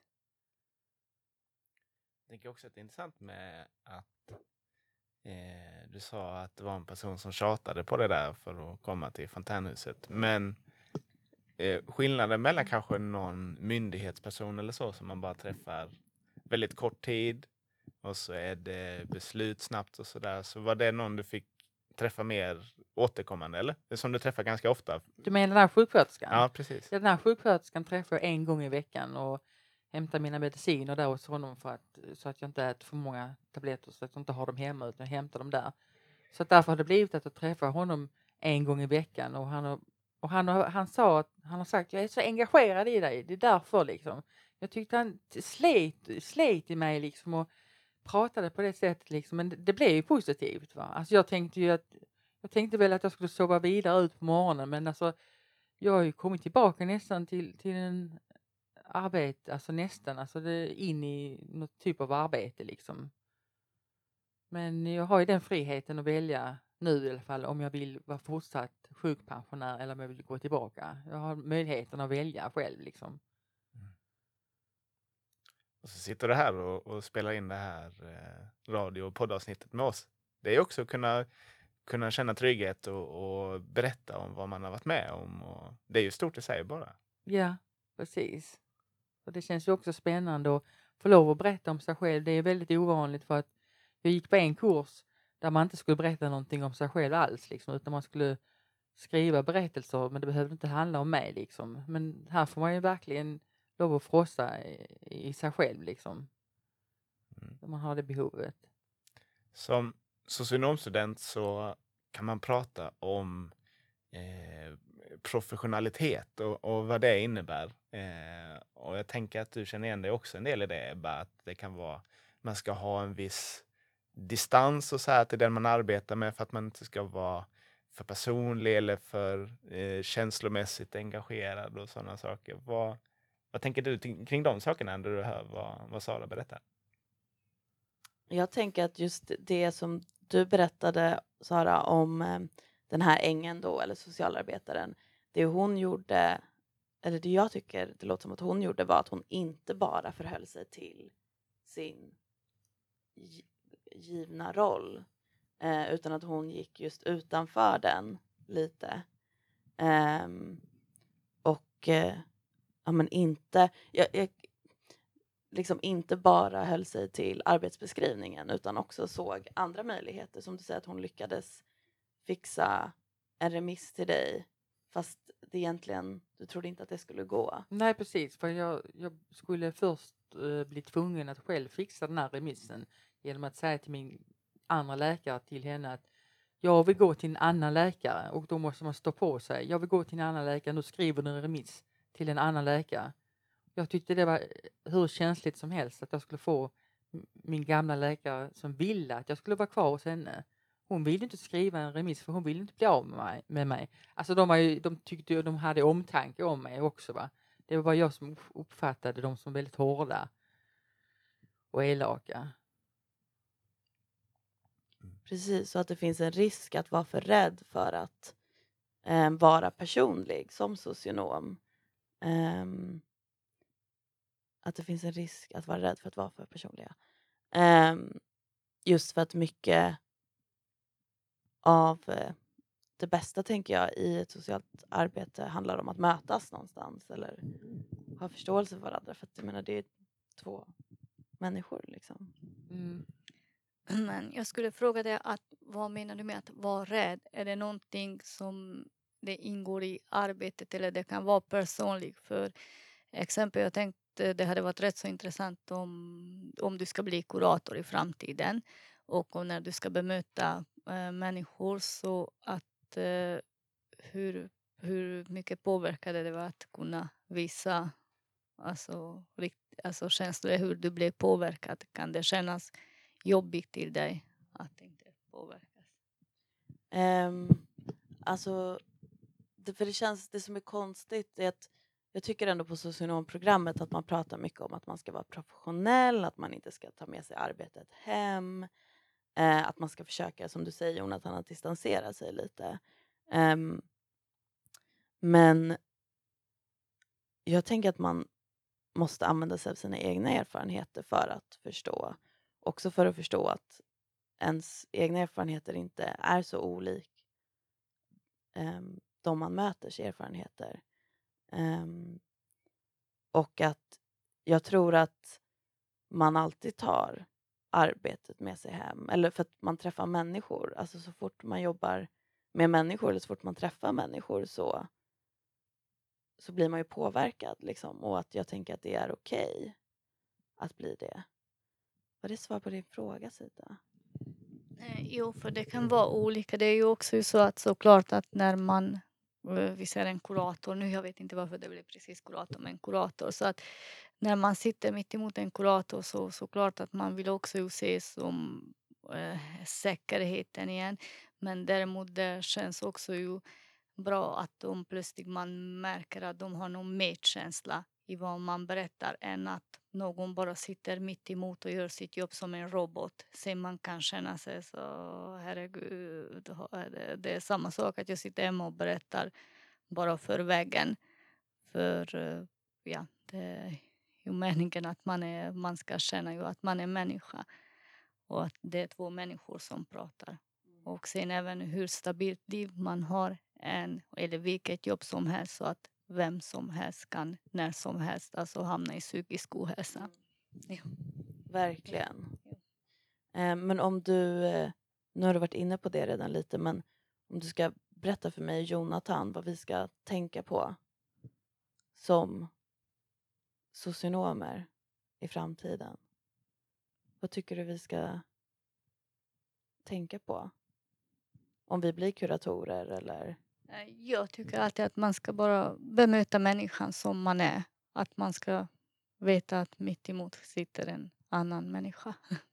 Jag tänker också att det är intressant med att eh, du sa att det var en person som tjatade på det där för att komma till fontänhuset. Men eh, skillnaden mellan kanske någon myndighetsperson eller så som man bara träffar väldigt kort tid och så är det beslut snabbt och sådär. Så var det någon du fick träffa mer återkommande, eller? Det är som du träffar ganska ofta. Du menar den här sjuksköterskan? Ja, precis. Ja, den här sjuksköterskan träffar jag en gång i veckan och hämtar mina mediciner där hos honom för att, så att jag inte äter för många tabletter, så att jag inte har dem hemma utan jag hämtar dem där. Så att därför har det blivit att jag träffar honom en gång i veckan, och han har Och han, har- han sa att han har sagt jag är så engagerad i dig, det är därför liksom. Jag tyckte han slet, slet i mig liksom och pratade på det sättet liksom, men det, det blev ju positivt va. Alltså jag tänkte ju att jag tänkte väl att jag skulle sova vidare ut på morgonen, men alltså jag har ju kommit tillbaka nästan till, till en arbete, alltså nästan, alltså det, in i något typ av arbete liksom. Men jag har ju den friheten att välja nu i alla fall om jag vill vara fortsatt sjukpensionär eller om jag vill gå tillbaka. Jag har möjligheten att välja själv liksom. Och så sitter du här och, och spelar in det här eh, radio- och poddavsnittet med oss. Det är också att kunna, kunna känna trygghet och, och berätta om vad man har varit med om. Och det är ju stort i sig bara. Ja, precis. Och det känns ju också spännande att få lov att berätta om sig själv. Det är väldigt ovanligt för att jag gick på en kurs där man inte skulle berätta någonting om sig själv alls liksom, utan man skulle skriva berättelser, men det behövde inte handla om mig liksom. Men här får man ju verkligen lov att frossa i, i sig själv liksom. Mm. Om man har det behovet. Som socionomstudent så kan man prata om eh, professionalitet och, och vad det innebär. Eh, och jag tänker att du känner igen dig också en del i det, Ebba, att det kan vara, man ska ha en viss distans och så här till den man arbetar med för att man inte ska vara för personlig eller för eh, känslomässigt engagerad och sådana saker. Vad, vad tänker du t- kring de sakerna när du hör vad, vad Sara berättar? Jag tänker att just det som du berättade, Sara, om eh, den här ängen då, eller socialarbetaren, det hon gjorde, eller det jag tycker det låter som att hon gjorde, var att hon inte bara förhöll sig till sin gi- givna roll, eh, utan att hon gick just utanför den lite. Ehm, och eh, ja, men inte, jag, jag, liksom inte bara höll sig till arbetsbeskrivningen utan också såg andra möjligheter. Som du säger, att hon lyckades fixa en remiss till dig fast det egentligen, du trodde inte att det skulle gå. Nej, precis. För jag, jag skulle först eh, bli tvungen att själv fixa den här remissen genom att säga till min andra läkare till henne att jag vill gå till en annan läkare, och då måste man stå på sig. Jag vill gå till en annan läkare, nu skriver du en remiss till en annan läkare. Jag tyckte det var hur känsligt som helst att jag skulle få m- min gamla läkare som ville att jag skulle vara kvar hos henne. Hon ville inte skriva en remiss för hon ville inte bli av med mig. Med mig. Alltså de, var ju, de tyckte ju de hade omtanke om mig också va. Det var bara jag som uppfattade dem som väldigt hårda och elaka. Precis, så att det finns en risk att vara för rädd för att eh, vara personlig som socionom. Ehm, att det finns en risk att vara rädd för att vara för personliga. Ehm, just för att mycket av eh, det bästa, tänker jag, i ett socialt arbete handlar om att mötas någonstans eller ha förståelse för varandra. För att jag menar, det är två människor liksom. Mm. Men jag skulle fråga dig, att, vad menar du med att vara rädd? Är det någonting som det ingår i arbetet eller det kan vara personligt? För exempel, jag tänkte det hade varit rätt så intressant om, om du ska bli kurator i framtiden och om när du ska bemöta äh, människor, så att äh, hur, hur mycket påverkade det var att kunna visa alltså, rikt, alltså känslor, hur du blev påverkad? Kan det kännas jobbigt till dig att inte påverkas? Um, alltså, det, för det känns, det som är konstigt är att jag tycker ändå på socionomprogrammet att man pratar mycket om att man ska vara professionell, att man inte ska ta med sig arbetet hem, eh, att man ska försöka, som du säger Jonathan, att distansera sig lite. Um, men jag tänker att man måste använda sig av sina egna erfarenheter för att förstå, också för att förstå att ens egna erfarenheter inte är så olik um, de man möters erfarenheter. Um, och att jag tror att man alltid tar arbetet med sig hem. Eller för att man träffar människor. Alltså så fort man jobbar med människor eller så fort man träffar människor så, så blir man ju påverkad. Liksom. Och att jag tänker att det är okej att bli det. Var det svar på din fråga, Sida? Eh, jo, för det kan vara olika. Det är ju också så att såklart att när man vi ser en kurator nu, jag vet inte varför det blev precis kurator, men kurator. Så att när man sitter mitt emot en kurator så såklart att man vill också ju se som eh, säkerheten igen. Men däremot det känns också ju bra att om plötsligt man märker att de har någon medkänsla i vad man berättar än att någon bara sitter mitt emot och gör sitt jobb som en robot. Sen man kan känna sig så, herregud, det, det är samma sak att jag sitter hemma och berättar bara för väggen. För eh, ja, det är ju meningen att man, är, man ska känna ju att man är människa. Och att det är två människor som pratar. Och sen även hur stabilt liv man har. En, eller vilket jobb som helst. Så att vem som helst kan när som helst alltså hamna i psykisk ohälsa. Ja. Verkligen. Eh, men om du, eh, nu har du varit inne på det redan lite, men om du ska berätta för mig, Jonathan, vad vi ska tänka på som socionomer i framtiden. Vad tycker du vi ska tänka på? Om vi blir kuratorer eller? Jag tycker alltid att man ska bara bemöta människan som man är. Att man ska veta att mitt emot sitter en annan människa.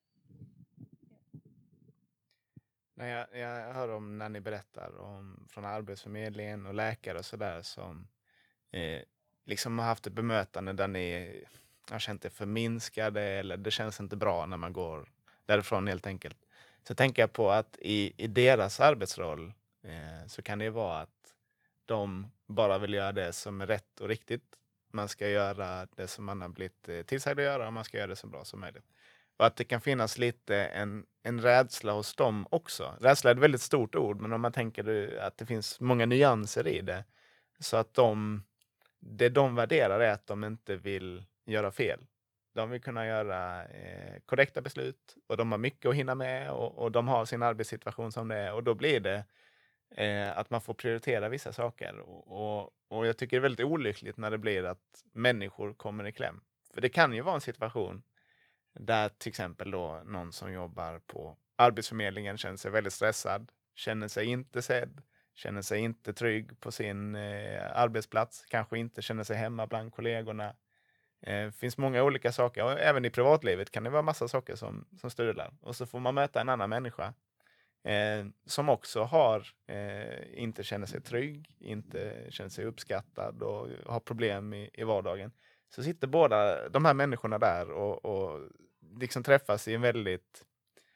Nej, jag, jag hör om när ni berättar om från Arbetsförmedlingen och läkare och sådär som eh, liksom har haft ett bemötande där ni har känt er förminskade eller det känns inte bra när man går därifrån helt enkelt. Så tänker jag på att i, i deras arbetsroll eh, så kan det vara att de bara vill göra det som är rätt och riktigt. Man ska göra det som man har blivit eh, tillsagd att göra och man ska göra det så bra som möjligt. Och att det kan finnas lite en, en rädsla hos dem också. Rädsla är ett väldigt stort ord, men om man tänker att det finns många nyanser i det. Så att de, det de värderar är att de inte vill göra fel. De vill kunna göra eh, korrekta beslut och de har mycket att hinna med och, och de har sin arbetssituation som det är. Och då blir det eh, att man får prioritera vissa saker. Och, och, och jag tycker det är väldigt olyckligt när det blir att människor kommer i kläm. För det kan ju vara en situation där till exempel då någon som jobbar på Arbetsförmedlingen känner sig väldigt stressad, känner sig inte sedd, känner sig inte trygg på sin eh, arbetsplats, kanske inte känner sig hemma bland kollegorna. Det eh, finns många olika saker, och även i privatlivet kan det vara massa saker som, som strular. Och så får man möta en annan människa eh, som också har, eh, inte känner sig trygg, inte känner sig uppskattad och har problem i, i vardagen. Så sitter båda de här människorna där och, och liksom träffas i en väldigt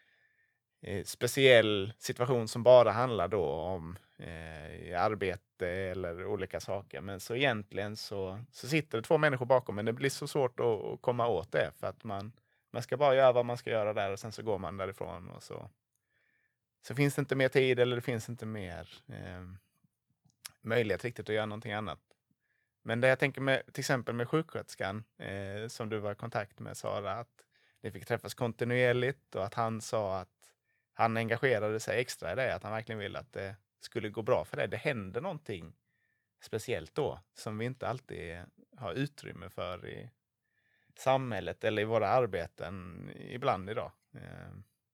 eh, speciell situation som bara handlar då om eh, arbete eller olika saker. Men så egentligen så, så sitter det två människor bakom, men det blir så svårt att, att komma åt det för att man, man ska bara göra vad man ska göra där och sen så går man därifrån och så, så finns det inte mer tid eller det finns inte mer eh, möjlighet riktigt att göra någonting annat. Men det jag tänker med, till exempel med sjuksköterskan eh, som du var i kontakt med, Sara, att ni fick träffas kontinuerligt och att han sa att han engagerade sig extra i det, att han verkligen ville att det skulle gå bra för det. Det händer någonting speciellt då som vi inte alltid har utrymme för i samhället eller i våra arbeten ibland idag. Eh.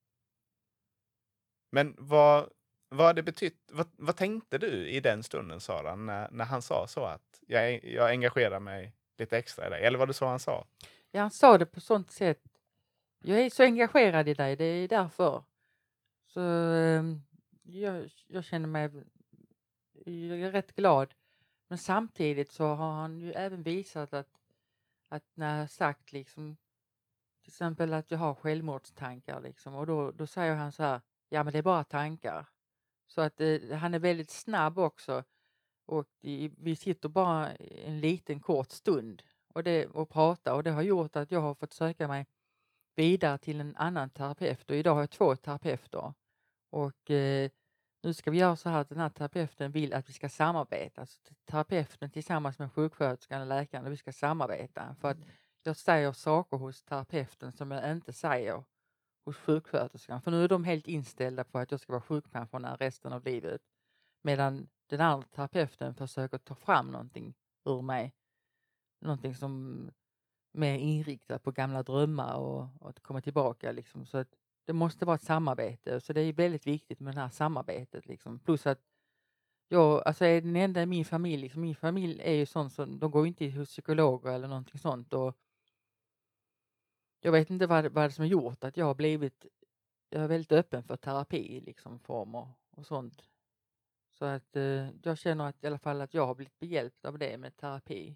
Men vad... Vad har det betytt, vad, vad tänkte du i den stunden, Sara, när, när han sa så att jag, jag engagerar mig lite extra i dig? Eller var det så han sa? Ja, han sa det på sånt sätt. Jag är så engagerad i dig, det är därför. Så um, jag, jag känner mig jag är rätt glad. Men samtidigt så har han ju även visat att, att när jag sagt liksom, till exempel att jag har självmordstankar liksom, och då, då säger han så här, ja men det är bara tankar. Så att eh, han är väldigt snabb också. Och i, vi sitter bara en liten kort stund och, det, och pratar. Och det har gjort att jag har fått söka mig vidare till en annan terapeut. Och idag har jag två terapeuter. Och eh, nu ska vi göra så här att den här terapeuten vill att vi ska samarbeta. Alltså, terapeuten tillsammans med sjuksköterskan och läkaren, och vi ska samarbeta. För att jag säger saker hos terapeuten som jag inte säger hos sjuksköterskan. För nu är de helt inställda på att jag ska vara sjukpensionär resten av livet. Medan den andra terapeuten försöker ta fram någonting ur mig. Någonting som mer inriktat på gamla drömmar och, och att komma tillbaka. Liksom. Så att det måste vara ett samarbete. Så det är väldigt viktigt med det här samarbetet. Liksom. Plus att jag alltså är den enda i min familj. Liksom, min familj är ju sån som, de går ju inte hos psykologer eller någonting sånt. Och jag vet inte vad, vad det som har gjort att jag har blivit, jag är väldigt öppen för terapi, liksom former och sånt. Så att eh, jag känner att i alla fall att jag har blivit behjälpt av det med terapi.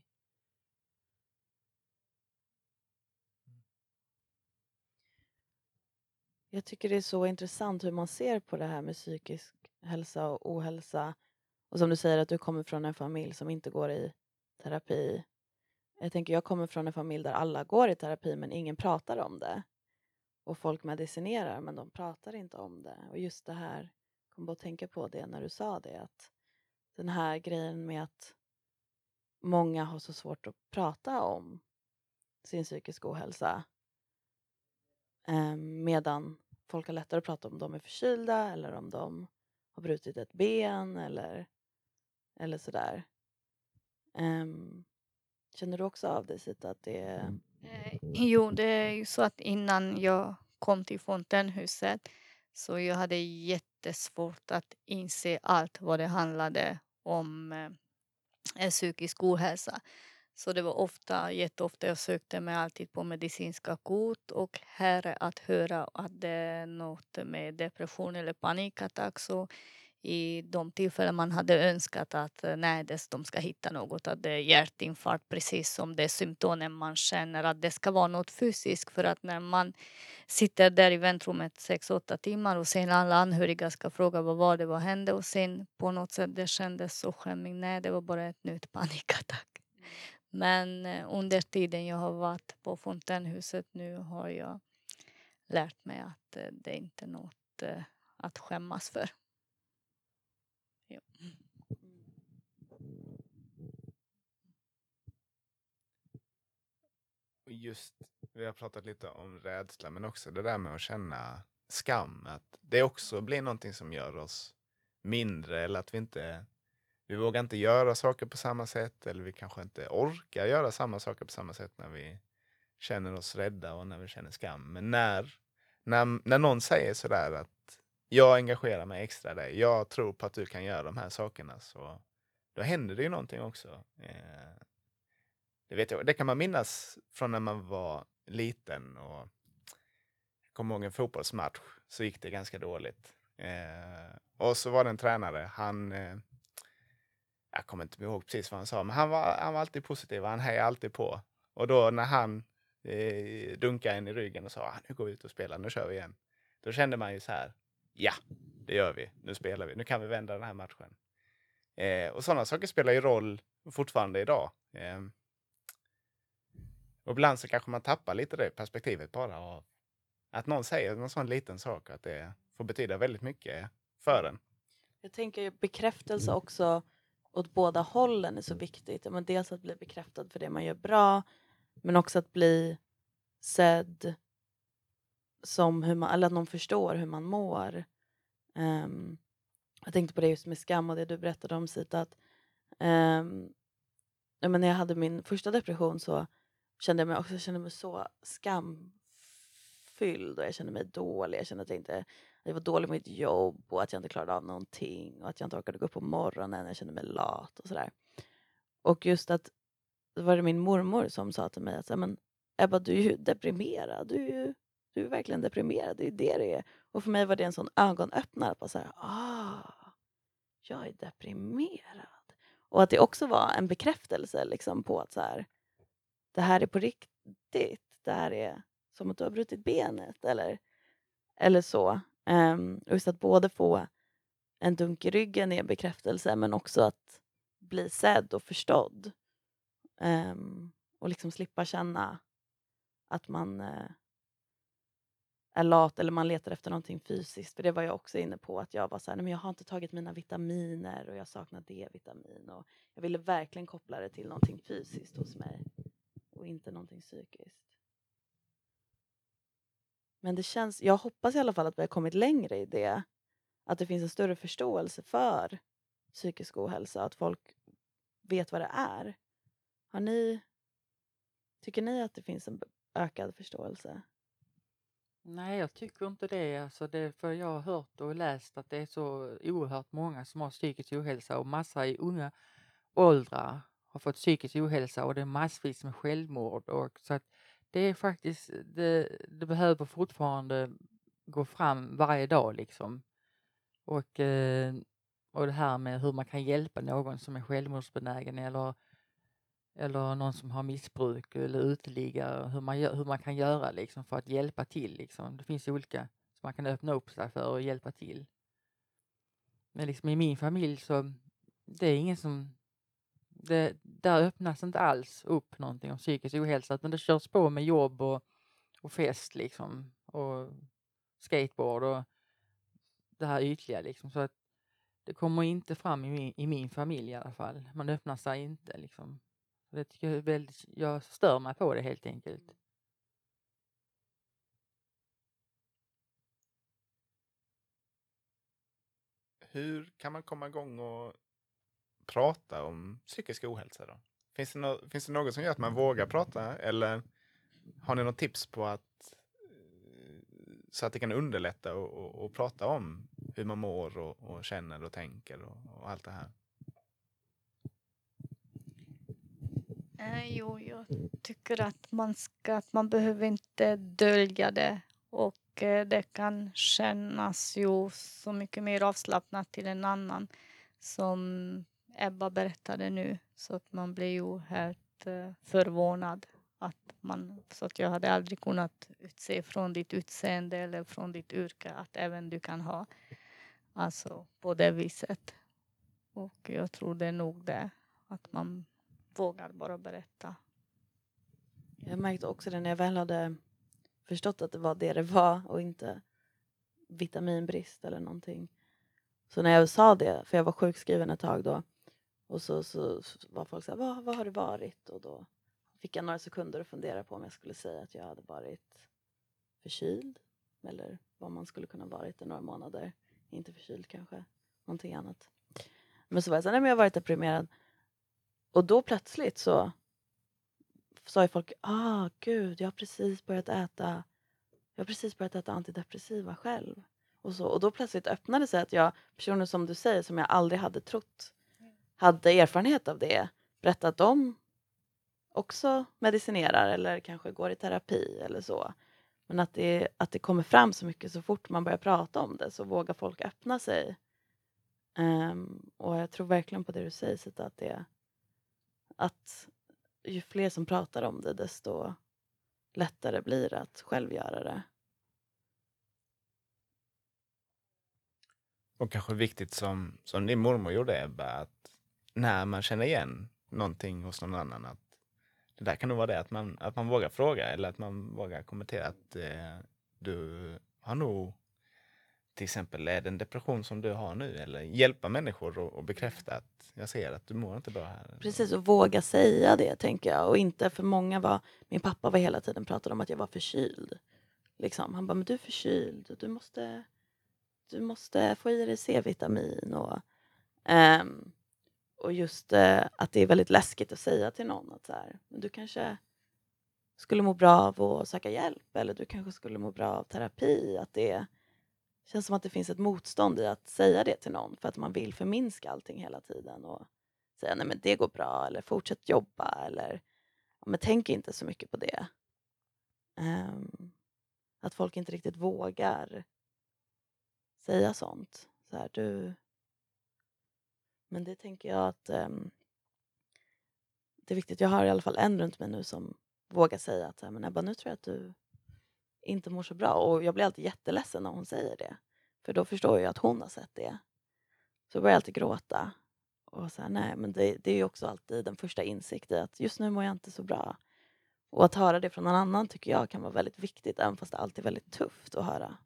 Jag tycker det är så intressant hur man ser på det här med psykisk hälsa och ohälsa. Och som du säger att du kommer från en familj som inte går i terapi. Jag tänker jag kommer från en familj där alla går i terapi men ingen pratar om det. Och folk medicinerar men de pratar inte om det. Och just det här, jag kom bara att tänka på det när du sa det. Att den här grejen med att många har så svårt att prata om sin psykiska ohälsa. Eh, medan folk har lättare att prata om de är förkylda eller om de har brutit ett ben eller, eller sådär. Um, känner du också av det, Sita, att det är... Eh, jo, det är ju så att innan jag kom till Fontänhuset så jag hade jättesvårt att inse allt vad det handlade om eh, psykisk ohälsa. Så det var ofta, jätteofta jag sökte mig alltid på medicinska kort och här att höra att det är något med depression eller panikattack så i de tillfällen man hade önskat att eh, nej, det, de ska hitta något, att det är hjärtinfarkt precis som det symptomen man känner att det ska vara något fysiskt för att när man sitter där i väntrummet sex åtta timmar och sen alla anhöriga ska fråga vad var det, vad hände och sen på något sätt det kändes så skämmigt, nej det var bara ett nytt panikattack. Men eh, under tiden jag har varit på Fontänhuset nu har jag lärt mig att eh, det är inte något eh, att skämmas för. Jo. Just, vi har pratat lite om rädsla men också det där med att känna skam. Att det också blir någonting som gör oss mindre eller att vi inte, vi vågar inte göra saker på samma sätt eller vi kanske inte orkar göra samma saker på samma sätt när vi känner oss rädda och när vi känner skam. Men när, när, när någon säger sådär att jag engagerar mig extra i dig, jag tror på att du kan göra de här sakerna, så då händer det ju någonting också. Eh, det, vet jag, det kan man minnas från när man var liten och jag kommer ihåg en fotbollsmatch så gick det ganska dåligt. Eh, och så var det en tränare, han eh, jag kommer inte ihåg precis vad han sa, men han var, han var alltid positiv, han hejade alltid på. Och då när han eh, dunkade en i ryggen och sa nu går vi ut och spelar, nu kör vi igen. Då kände man ju så här, ja, det gör vi, nu spelar vi, nu kan vi vända den här matchen. Eh, och sådana saker spelar ju roll fortfarande idag. Eh, och ibland så kanske man tappar lite det perspektivet bara av att någon säger någon sån liten sak, att det får betyda väldigt mycket för en. Jag tänker bekräftelse också åt båda hållen är så viktigt. Men dels att bli bekräftad för det man gör bra, men också att bli sedd som hur man, eller att någon förstår hur man mår. Um, jag tänkte på det just med skam och det du berättade om, Sita, att um, ja, men när jag hade min första depression så kände jag mig också kände mig så skamfylld och jag kände mig dålig. Jag kände att jag inte jag var dålig med mitt jobb och att jag inte klarade av någonting och att jag inte orkade gå upp på morgonen. Jag kände mig lat och sådär. Och just att det var det min mormor som sa till mig att men Ebba, du är ju deprimerad. Du är ju du är verkligen deprimerad. Det är det det är. Och för mig var det en sån ögonöppnare på så här, ah, jag är deprimerad. Och att det också var en bekräftelse liksom på att så här, det här är på riktigt. Det här är som att du har brutit benet eller, eller så. Um, och just att både få en dunk i ryggen är en bekräftelse men också att bli sedd och förstådd. Um, och liksom slippa känna att man uh, är lat eller man letar efter någonting fysiskt. För det var jag också inne på, att jag var så här, nej, men jag har inte tagit mina vitaminer och jag saknar D-vitamin. Och jag ville verkligen koppla det till någonting fysiskt hos mig och inte någonting psykiskt. Men det känns, jag hoppas i alla fall att vi har kommit längre i det. Att det finns en större förståelse för psykisk ohälsa. Att folk vet vad det är. Har ni, tycker ni att det finns en ökad förståelse? Nej, jag tycker inte det. Alltså det. För jag har hört och läst att det är så oerhört många som har psykisk ohälsa och massa i unga åldrar har fått psykisk ohälsa och det är massvis med självmord. Och så att det är faktiskt, det, det behöver fortfarande gå fram varje dag liksom. Och, eh, och det här med hur man kan hjälpa någon som är självmordsbenägen eller, eller någon som har missbruk eller uteliggare, hur man, gör, hur man kan göra liksom för att hjälpa till. Liksom. Det finns olika som man kan öppna upp sig för och hjälpa till. Men liksom i min familj så det är ingen som, det, där öppnas inte alls upp någonting om psykisk ohälsa utan det körs på med jobb och, och fest liksom och skateboard och det här ytliga liksom. Så att det kommer inte fram i min, i min familj i alla fall. Man öppnar sig inte liksom. Det tycker jag är väldigt, jag stör mig på det helt enkelt. Hur kan man komma igång och prata om psykisk ohälsa då? Finns det, no- finns det något som gör att man vågar prata? Eller har ni något tips på att eh, så att det kan underlätta och, och, och prata om hur man mår och, och känner och tänker och, och allt det här? Eh, jo, jag tycker att man ska, att man behöver inte dölja det och eh, det kan kännas ju så mycket mer avslappnat till en annan som Ebba berättade nu så att man blir ju helt eh, förvånad att man, så att jag hade aldrig kunnat utse från ditt utseende eller från ditt yrke att även du kan ha alltså på det viset och jag tror det är nog det att man vågar bara berätta. Jag märkte också det när jag väl hade förstått att det var det det var och inte vitaminbrist eller någonting. Så när jag sa det, för jag var sjukskriven ett tag då och så, så var folk så här, vad, vad har det varit? Och då fick jag några sekunder att fundera på om jag skulle säga att jag hade varit förkyld eller vad man skulle kunna varit i några månader. Inte förkyld kanske, någonting annat. Men så var jag så här, nej men jag har varit deprimerad. Och då plötsligt så sa ju folk, ah gud, jag har precis börjat äta, jag har precis börjat äta antidepressiva själv. Och, så, och då plötsligt öppnade sig att jag, personer som du säger, som jag aldrig hade trott, hade erfarenhet av det, berättat att de också medicinerar eller kanske går i terapi eller så. Men att det, att det kommer fram så mycket så fort man börjar prata om det så vågar folk öppna sig. Um, och jag tror verkligen på det du säger, så att det att ju fler som pratar om det desto lättare blir det att själv göra det. Och kanske viktigt som, som din mormor gjorde, Ebba, att när man känner igen någonting hos någon annan, att det där kan nog vara det, att man, att man vågar fråga eller att man vågar kommentera att eh, du har nog, till exempel, är det en depression som du har nu? Eller hjälpa människor och, och bekräfta att jag ser att du mår inte bra här. Precis, och våga säga det, tänker jag. Och inte, för många var, min pappa var hela tiden pratade om att jag var förkyld. Liksom. Han bara, men du är förkyld, du måste, du måste få i dig C-vitamin. Och, um, och just uh, att det är väldigt läskigt att säga till någon att så här, men du kanske skulle må bra av att söka hjälp. Eller du kanske skulle må bra av terapi. Att det känns som att det finns ett motstånd i att säga det till någon. För att man vill förminska allting hela tiden. Och säga, nej men det går bra. Eller fortsätt jobba. Eller, ja, men tänk inte så mycket på det. Um, att folk inte riktigt vågar säga sånt. Så här, du... Men det tänker jag att um, det är viktigt. Jag har i alla fall en runt mig nu som vågar säga att men Ebba, nu tror jag att du inte mår så bra. Och jag blir alltid jätteledsen när hon säger det. För då förstår jag att hon har sett det. Så börjar jag alltid gråta. Och så här, nej, men det, det är ju också alltid den första insikten att just nu mår jag inte så bra. Och att höra det från någon annan tycker jag kan vara väldigt viktigt. Även fast det alltid är väldigt tufft att höra.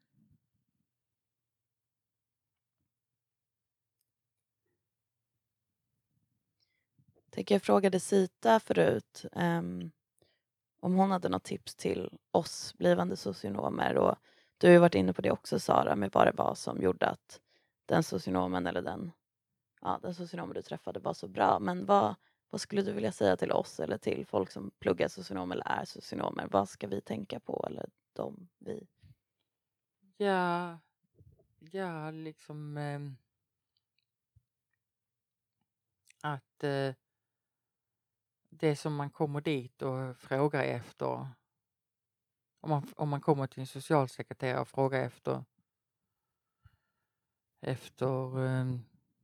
Jag frågade Sita förut um, om hon hade något tips till oss blivande socionomer. Och du har ju varit inne på det också, Sara, med vad det var som gjorde att den socionomen eller den, ja, den socionomen du träffade var så bra. Men vad, vad skulle du vilja säga till oss eller till folk som pluggar socionom eller är socionomer? Vad ska vi tänka på eller de, vi? Ja, ja liksom eh, att eh, det som man kommer dit och frågar efter, om man, om man kommer till en socialsekreterare och frågar efter efter eh,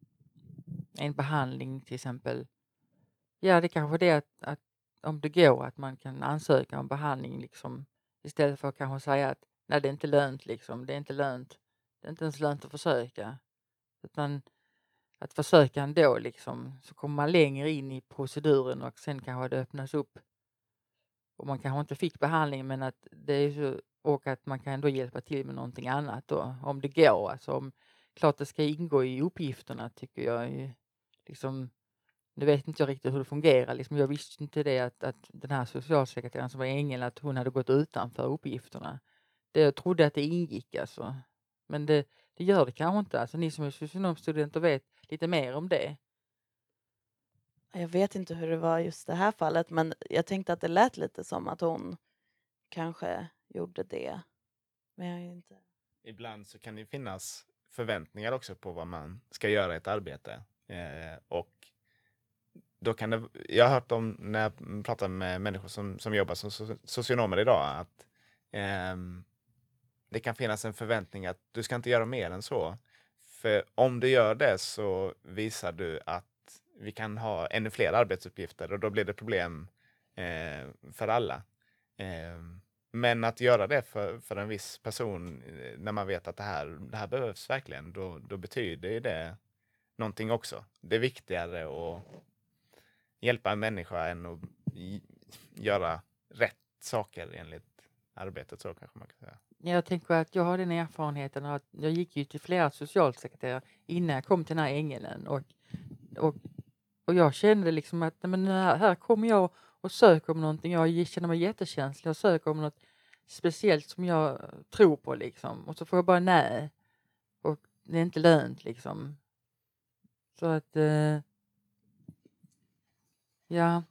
en behandling till exempel. Ja, det kanske det att, att om det går att man kan ansöka om behandling liksom, istället för att kanske säga att nej, det är inte lönt liksom, det är inte lönt, det är inte ens lönt att försöka. Utan att försöka ändå liksom, så kommer man längre in i proceduren och sen kanske det öppnas upp. Och man kanske inte fick behandling, men att det är så, och att man kan ändå hjälpa till med någonting annat då, om det går. Alltså om, klart det ska ingå i uppgifterna tycker jag. ju, Liksom, nu vet inte jag riktigt hur det fungerar. Liksom, jag visste inte det att, att den här socialsekreteraren som var ängel, att hon hade gått utanför uppgifterna. Det, jag trodde att det ingick alltså. Men det, det gör det kanske inte. Alltså ni som är socionomstudenter vet lite mer om det. Jag vet inte hur det var just det här fallet, men jag tänkte att det lät lite som att hon kanske gjorde det. Men jag är inte... Ibland så kan det finnas förväntningar också på vad man ska göra i ett arbete. Eh, och då kan det, jag har hört om när jag pratar med människor som, som jobbar som so- socionomer idag att ehm, det kan finnas en förväntning att du ska inte göra mer än så. För om du gör det så visar du att vi kan ha ännu fler arbetsuppgifter och då blir det problem eh, för alla. Eh, men att göra det för, för en viss person eh, när man vet att det här, det här behövs verkligen, då, då betyder det någonting också. Det är viktigare att hjälpa en människa än att i- göra rätt saker enligt arbetet, så kanske man kan säga. Jag tänker att jag har den erfarenheten att jag gick ju till flera socialsekreterare innan jag kom till den här ängeln. Och, och, och jag kände liksom att nej, men här, här kommer jag och söker om någonting. Jag känner mig jättekänslig. Jag söker om något speciellt som jag tror på liksom. Och så får jag bara nej. Och det är inte lönt liksom. Så att... Eh, ja...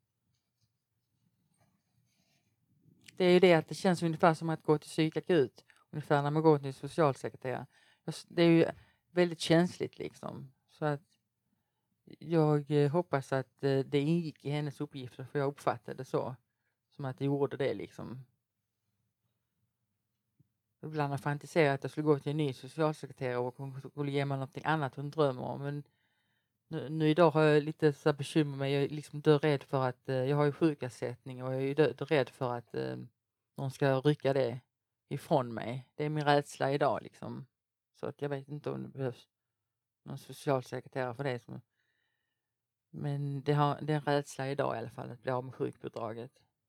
Det är ju det att det känns ungefär som att gå till psykakut. Ungefär när man går till socialsekreterare. Det är ju väldigt känsligt liksom. Så att jag eh, hoppas att eh, det ingick i hennes uppgifter. För jag uppfattade det så. Som att det gjorde det liksom. Ibland har jag fantiserat att jag skulle gå till en ny socialsekreterare och hon skulle ge mig något annat hon drömmer om. Men nu, nu idag har jag lite så här bekymmer med. Jag är liksom död rädd för att eh, jag har ju sjukersättning och jag är ju död rädd för att eh, någon ska rycka det ifrån mig. Det är min rädsla idag liksom. Så att jag vet inte om det behövs någon socialsekreterare för det. Som, men det, har, det är en rädsla idag i alla fall att bli av med sjukbidraget.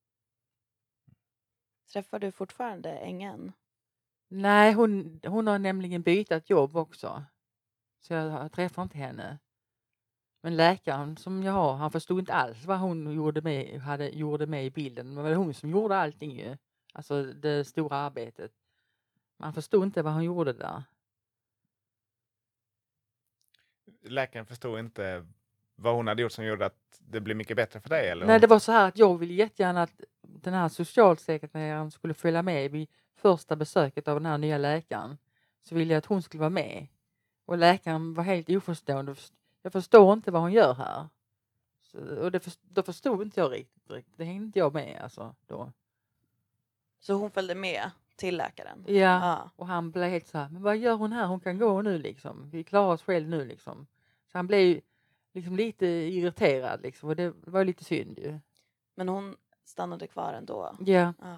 Träffar du fortfarande ängeln? Nej, hon, hon har nämligen bytt jobb också. Så jag, jag träffar inte henne. Men läkaren som jag har, han förstod inte alls vad hon gjorde med, hade, gjorde med i bilden. Det var hon som gjorde allting ju. Alltså det stora arbetet. Man förstod inte vad hon gjorde där. Läkaren förstod inte vad hon hade gjort som gjorde att det blev mycket bättre för dig? Eller? Nej, det var så här att jag ville jättegärna att den här socialsekreteraren skulle följa med vid första besöket av den här nya läkaren. Så ville jag att hon skulle vara med. Och läkaren var helt oförstående. Jag förstår inte vad hon gör här. Så, och det för, då förstod inte jag riktigt. riktigt. Det hängde inte jag med alltså då. Så hon följde med till läkaren? Ja, Ja. och han blev helt så här, men vad gör hon här? Hon kan gå nu liksom. Vi klarar oss själv nu liksom. Så han blev liksom lite irriterad liksom. Och det var lite synd ju. Men hon stannade kvar ändå? Ja. Ja.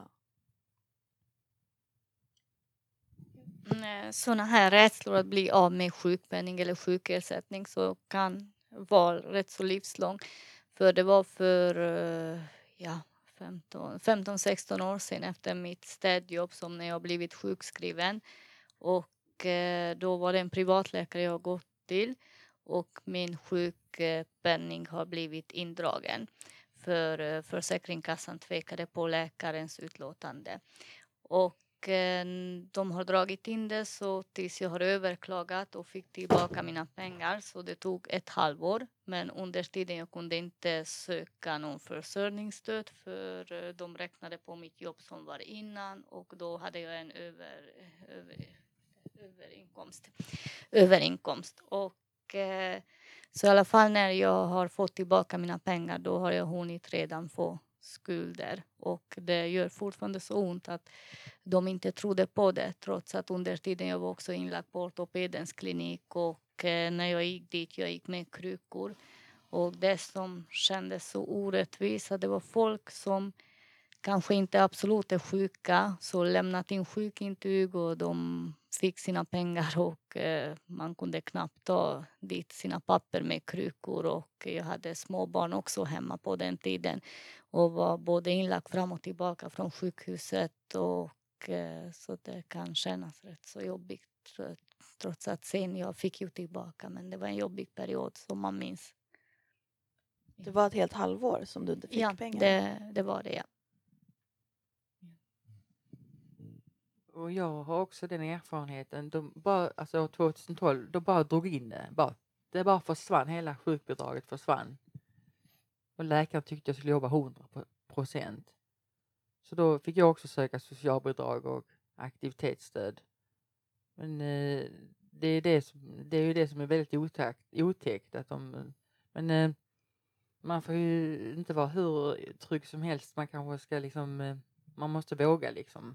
Sådana här rädslor att bli av med sjukpenning eller sjukersättning så kan vara rätt så livslång. För det var för eh, ja, femton sexton år sedan efter mitt städjobb som när jag blivit sjukskriven. Och eh, då var det en privatläkare jag gått till och min sjukpenning har blivit indragen. För eh, Försäkringskassan tvekade på läkarens utlåtande. Och eh, de har dragit in det så tills jag har överklagat och fick tillbaka mina pengar. Så det tog ett halvår. Men under tiden jag kunde inte söka någon försörjningsstöd för eh, de räknade på mitt jobb som var innan och då hade jag en över, över, överinkomst. överinkomst. Och eh, så i alla fall när jag har fått tillbaka mina pengar då har jag hunnit redan få skulder och det gör fortfarande så ont att de inte trodde på det trots att under tiden jag var också inlagd på ortopedens klinik och eh, när jag gick dit jag gick med krukor och det som kändes så orättvist att det var folk som kanske inte absolut är sjuka så lämnat in sjukintyg och de fick sina pengar och eh, man kunde knappt ta dit sina papper med krukor och jag hade små barn också hemma på den tiden och var både inlagd fram och tillbaka från sjukhuset och eh, så det kan kännas rätt så jobbigt trots att sen jag fick ju tillbaka men det var en jobbig period som man minns. Det var ett helt halvår som du inte fick Ja, pengar? det, det var det ja. Och jag har också den erfarenheten. De bara, alltså tjugohundratolv, då bara drog in det. Bara, det bara försvann, hela sjukbidraget försvann. Och läkaren tyckte jag skulle jobba hundra procent. Så då fick jag också söka socialbidrag och aktivitetsstöd. Men eh, det, är det, som, det är ju det som är väldigt otäckt. otäckt att de, men eh, man får ju inte vara hur trygg som helst. Man kanske ska liksom, eh, man måste våga liksom.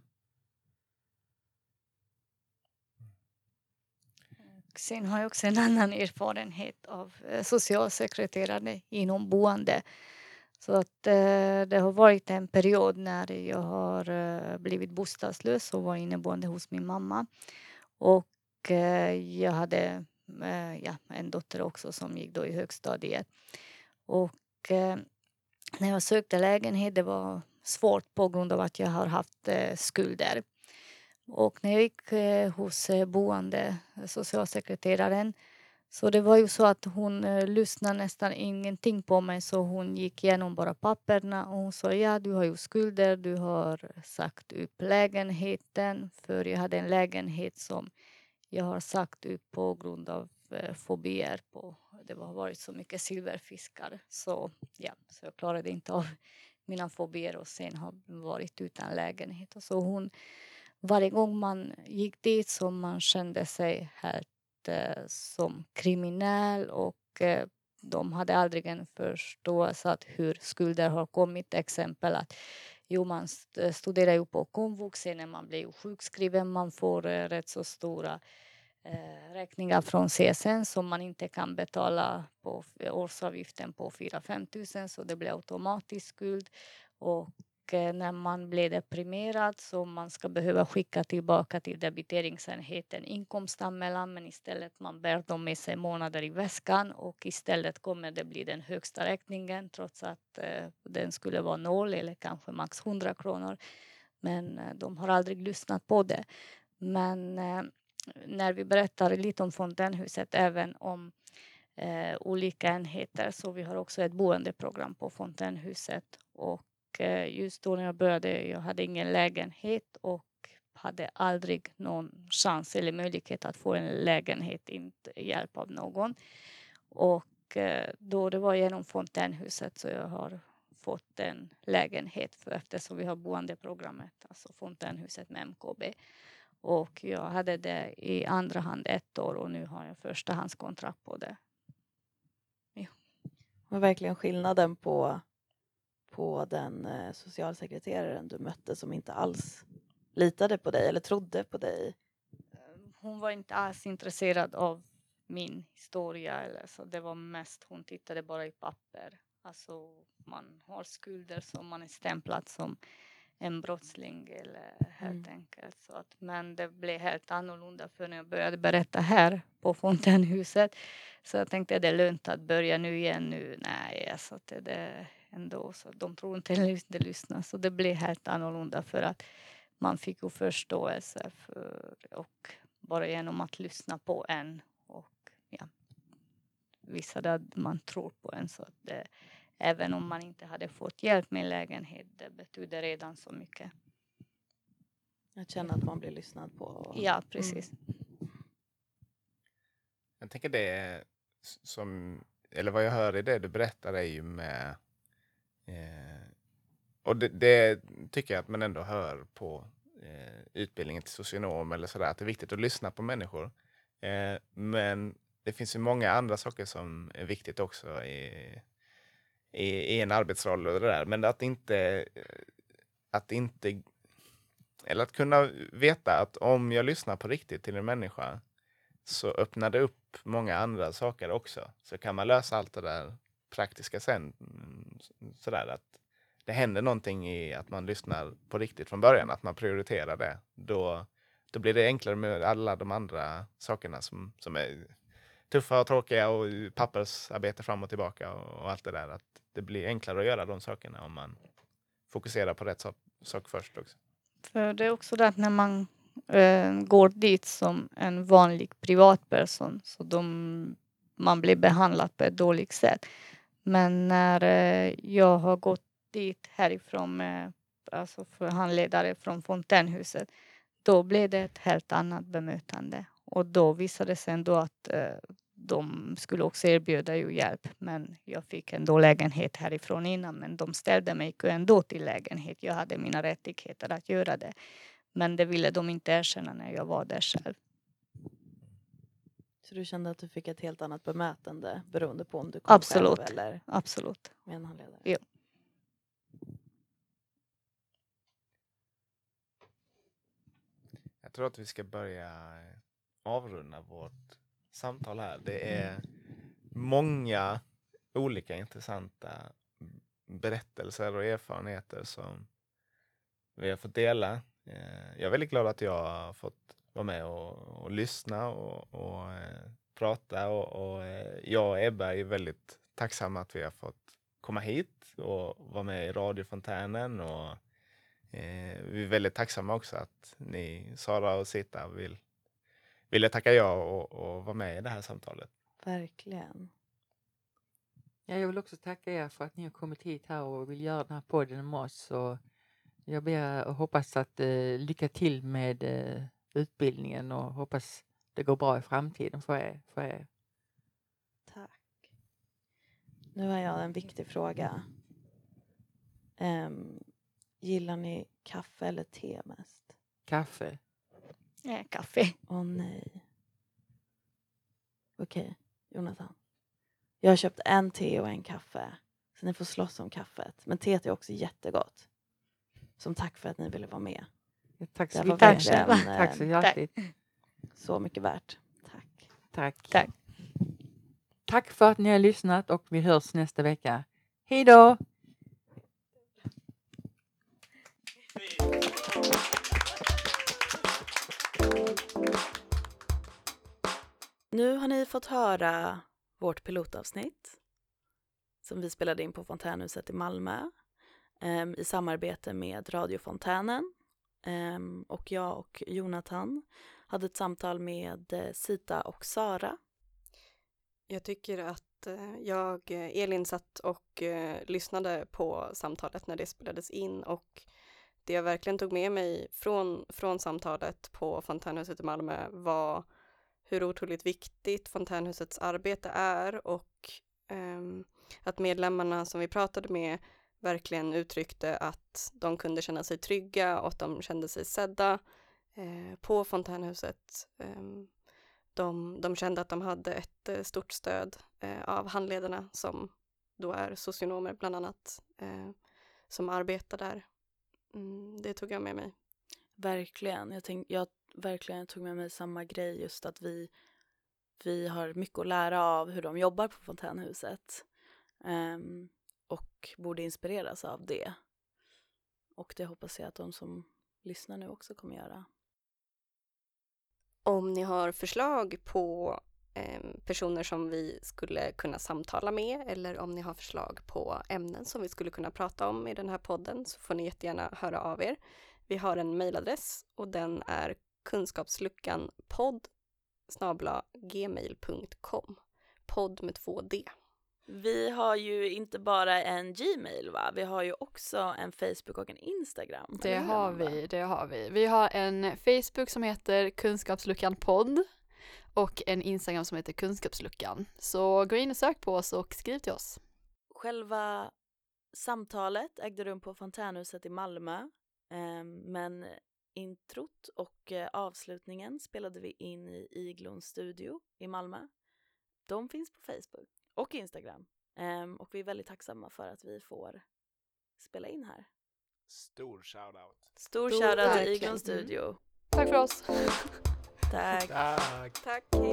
Sen har jag också en annan erfarenhet av eh, socialsekreterare inom boende. Så att eh, det har varit en period när jag har eh, blivit bostadslös och var inneboende hos min mamma. Och eh, jag hade eh, ja, en dotter också som gick då i högstadiet. Och eh, när jag sökte lägenhet det var svårt på grund av att jag har haft eh, skulder. Och när jag gick eh, hos eh, boende, socialsekreteraren, så det var ju så att hon eh, lyssnade nästan ingenting på mig så hon gick igenom bara papperna och hon sa ja du har ju skulder, du har sagt upp lägenheten för jag hade en lägenhet som jag har sagt upp på grund av eh, fobier på, det har varit så mycket silverfiskar så ja, så jag klarade inte av mina fobier och sen har varit utan lägenhet och så hon varje gång man gick dit så man kände sig helt eh, som kriminell och eh, de hade aldrig en förståelse att hur skulder har kommit. Exempel att jo, man st- studerar ju på komvux, sen när man blir sjukskriven man får eh, rätt så stora eh, räkningar från C S N som man inte kan betala på årsavgiften på fyra till fem tusen så det blir automatisk skuld. Och när man blir deprimerad så man ska behöva skicka tillbaka till debiteringsenheten inkomstanmälan men istället man bär dem med sig månader i väskan och istället kommer det bli den högsta räkningen trots att eh, den skulle vara noll eller kanske max hundra kronor. Men eh, de har aldrig lyssnat på det. Men eh, när vi berättar lite om Fontänhuset även om eh, olika enheter så vi har också ett boendeprogram på Fontänhuset och just då när jag började, jag hade ingen lägenhet och hade aldrig någon chans eller möjlighet att få en lägenhet, inte hjälp av någon. Och då det var genom Fontänhuset så jag har fått en lägenhet för eftersom vi har boendeprogrammet, alltså Fontänhuset med M K B. Och jag hade det i andra hand ett år och nu har jag förstahandskontrakt på det. Ja. Vad verkligen skillnaden på på den eh, socialsekreteraren du mötte som inte alls litade på dig eller trodde på dig? Hon var inte alls intresserad av min historia. Eller så. Det var mest, hon tittade bara i papper. Alltså man har skulder som man är stämplad som en brottsling eller helt mm. enkelt. Så att, men det blev helt annorlunda för när jag började berätta här på Fontänhuset. Så jag tänkte det är lönt att börja nu igen nu. Nej, alltså det, det ändå så de tror inte det lyssnar så det blev helt annorlunda för att man fick ju förståelse för och bara genom att lyssna på en och ja visade att man tror på en så att det, även om man inte hade fått hjälp med lägenhet det betyder redan så mycket. Att känna att man blir lyssnad på. Och... Ja, precis. Mm. Jag tänker det som, eller vad jag hör i det du berättar är ju med, eh, och det, det tycker jag att man ändå hör på eh, utbildningen till socionom eller sådär, att det är viktigt att lyssna på människor. Eh, men det finns ju många andra saker som är viktigt också i, i, i en arbetsroll och det där, men att inte, att inte, eller att kunna veta att om jag lyssnar på riktigt till en människa så öppnar det upp många andra saker också. Så kan man lösa allt det där praktiska sen. Sådär att det händer någonting i att man lyssnar på riktigt från början. Att man prioriterar det. Då, då blir det enklare med alla de andra sakerna som, som är tuffa och tråkiga och pappersarbete fram och tillbaka och, och allt det där. Att det blir enklare att göra de sakerna om man fokuserar på rätt sak, sak först också. För det är också det att när man eh, går dit som en vanlig privatperson så de, man blir behandlad på ett dåligt sätt. Men när eh, jag har gått dit härifrån med alltså för handledare från Fontänhuset, då blev det ett helt annat bemötande. Och då visade det sig ändå att eh, de skulle också erbjuda ju hjälp. Men jag fick ändå lägenhet härifrån innan. Men de ställde mig ändå till lägenhet. Jag hade mina rättigheter att göra det. Men det ville de inte erkänna när jag var där själv. Så du kände att du fick ett helt annat bemötande beroende på om du kom Absolut. själv eller Absolut. med en handledare? Ja. Jag tror att vi ska börja avrunda vårt samtal här. Det är många olika intressanta berättelser och erfarenheter som vi har fått dela. Jag är väldigt glad att jag har fått vara med och, och lyssna och, och eh, prata. Och, och eh, jag och Ebba är väldigt tacksamma att vi har fått komma hit och vara med i radiofontänen. Och eh, vi är väldigt tacksamma också att ni, Sara och Sita, vill, ville tacka ja och, och vara med i det här samtalet. Verkligen. Ja, jag vill också tacka er för att ni har kommit hit här och vill göra den här podden med oss. Och jag ber och hoppas att eh, lycka till med eh, utbildningen och hoppas det går bra i framtiden för er. För er. Tack. Nu har jag en viktig fråga. Um, gillar ni kaffe eller te mest? Kaffe. Eh, kaffe. Åh nej. Okej, Jonathan. Jag har köpt en te och en kaffe. Så ni får slåss om kaffet. Men teet är också jättegott. Som tack för att ni ville vara med. Ja, tack så Det var mycket. verkligen, eh, Tack så hjärtligt. så mycket värt. Tack. Tack. Tack. Tack för att ni har lyssnat och vi hörs nästa vecka. Hej då! Nu har ni fått höra vårt pilotavsnitt som vi spelade in på Fontänhuset i Malmö um, i samarbete med radiofontänen. Um, och jag och Jonathan hade ett samtal med uh, Sita och Sara. Jag tycker att eh, jag, Elin, satt och eh, lyssnade på samtalet när det spelades in, och det jag verkligen tog med mig från, från samtalet på Fontänhuset i Malmö var hur otroligt viktigt Fontänhusets arbete är, och eh, att medlemmarna som vi pratade med verkligen uttryckte att de kunde känna sig trygga och att de kände sig sedda eh, på Fontänhuset. Eh, de, de kände att de hade ett eh, stort stöd eh, av handledarna som då är socionomer bland annat, eh, som arbetar där. Mm, det tog jag med mig. Verkligen. Jag, tänk, jag verkligen tog med mig samma grej, just att vi, vi har mycket att lära av hur de jobbar på Fontänhuset. Um, och borde inspireras av det. Och det hoppas jag att de som lyssnar nu också kommer göra. Om ni har förslag på eh, personer som vi skulle kunna samtala med, eller om ni har förslag på ämnen som vi skulle kunna prata om i den här podden, så får ni jättegärna höra av er. Vi har en mejladress och den är kunskapsluckanpodd snabel-a gmail punkt com. Podd med två D. Vi har ju inte bara en Gmail, va? Vi har ju också en Facebook och en Instagram. Det eller hur, har Amanda? vi, det har vi. Vi har en Facebook som heter Kunskapsluckan podd och en Instagram som heter Kunskapsluckan. Så gå in och sök på oss och skriv till oss. Själva samtalet ägde rum på Fontänhuset i Malmö, eh, men introt och eh, avslutningen spelade vi in i Iglons studio i Malmö. De finns på Facebook och Instagram. Um, och vi är väldigt tacksamma för att vi får spela in här. Stor shoutout. Stor Stor shoutout till verkligen. Iglons studio. Tack för oss. Tack. Tack. Tack, hej.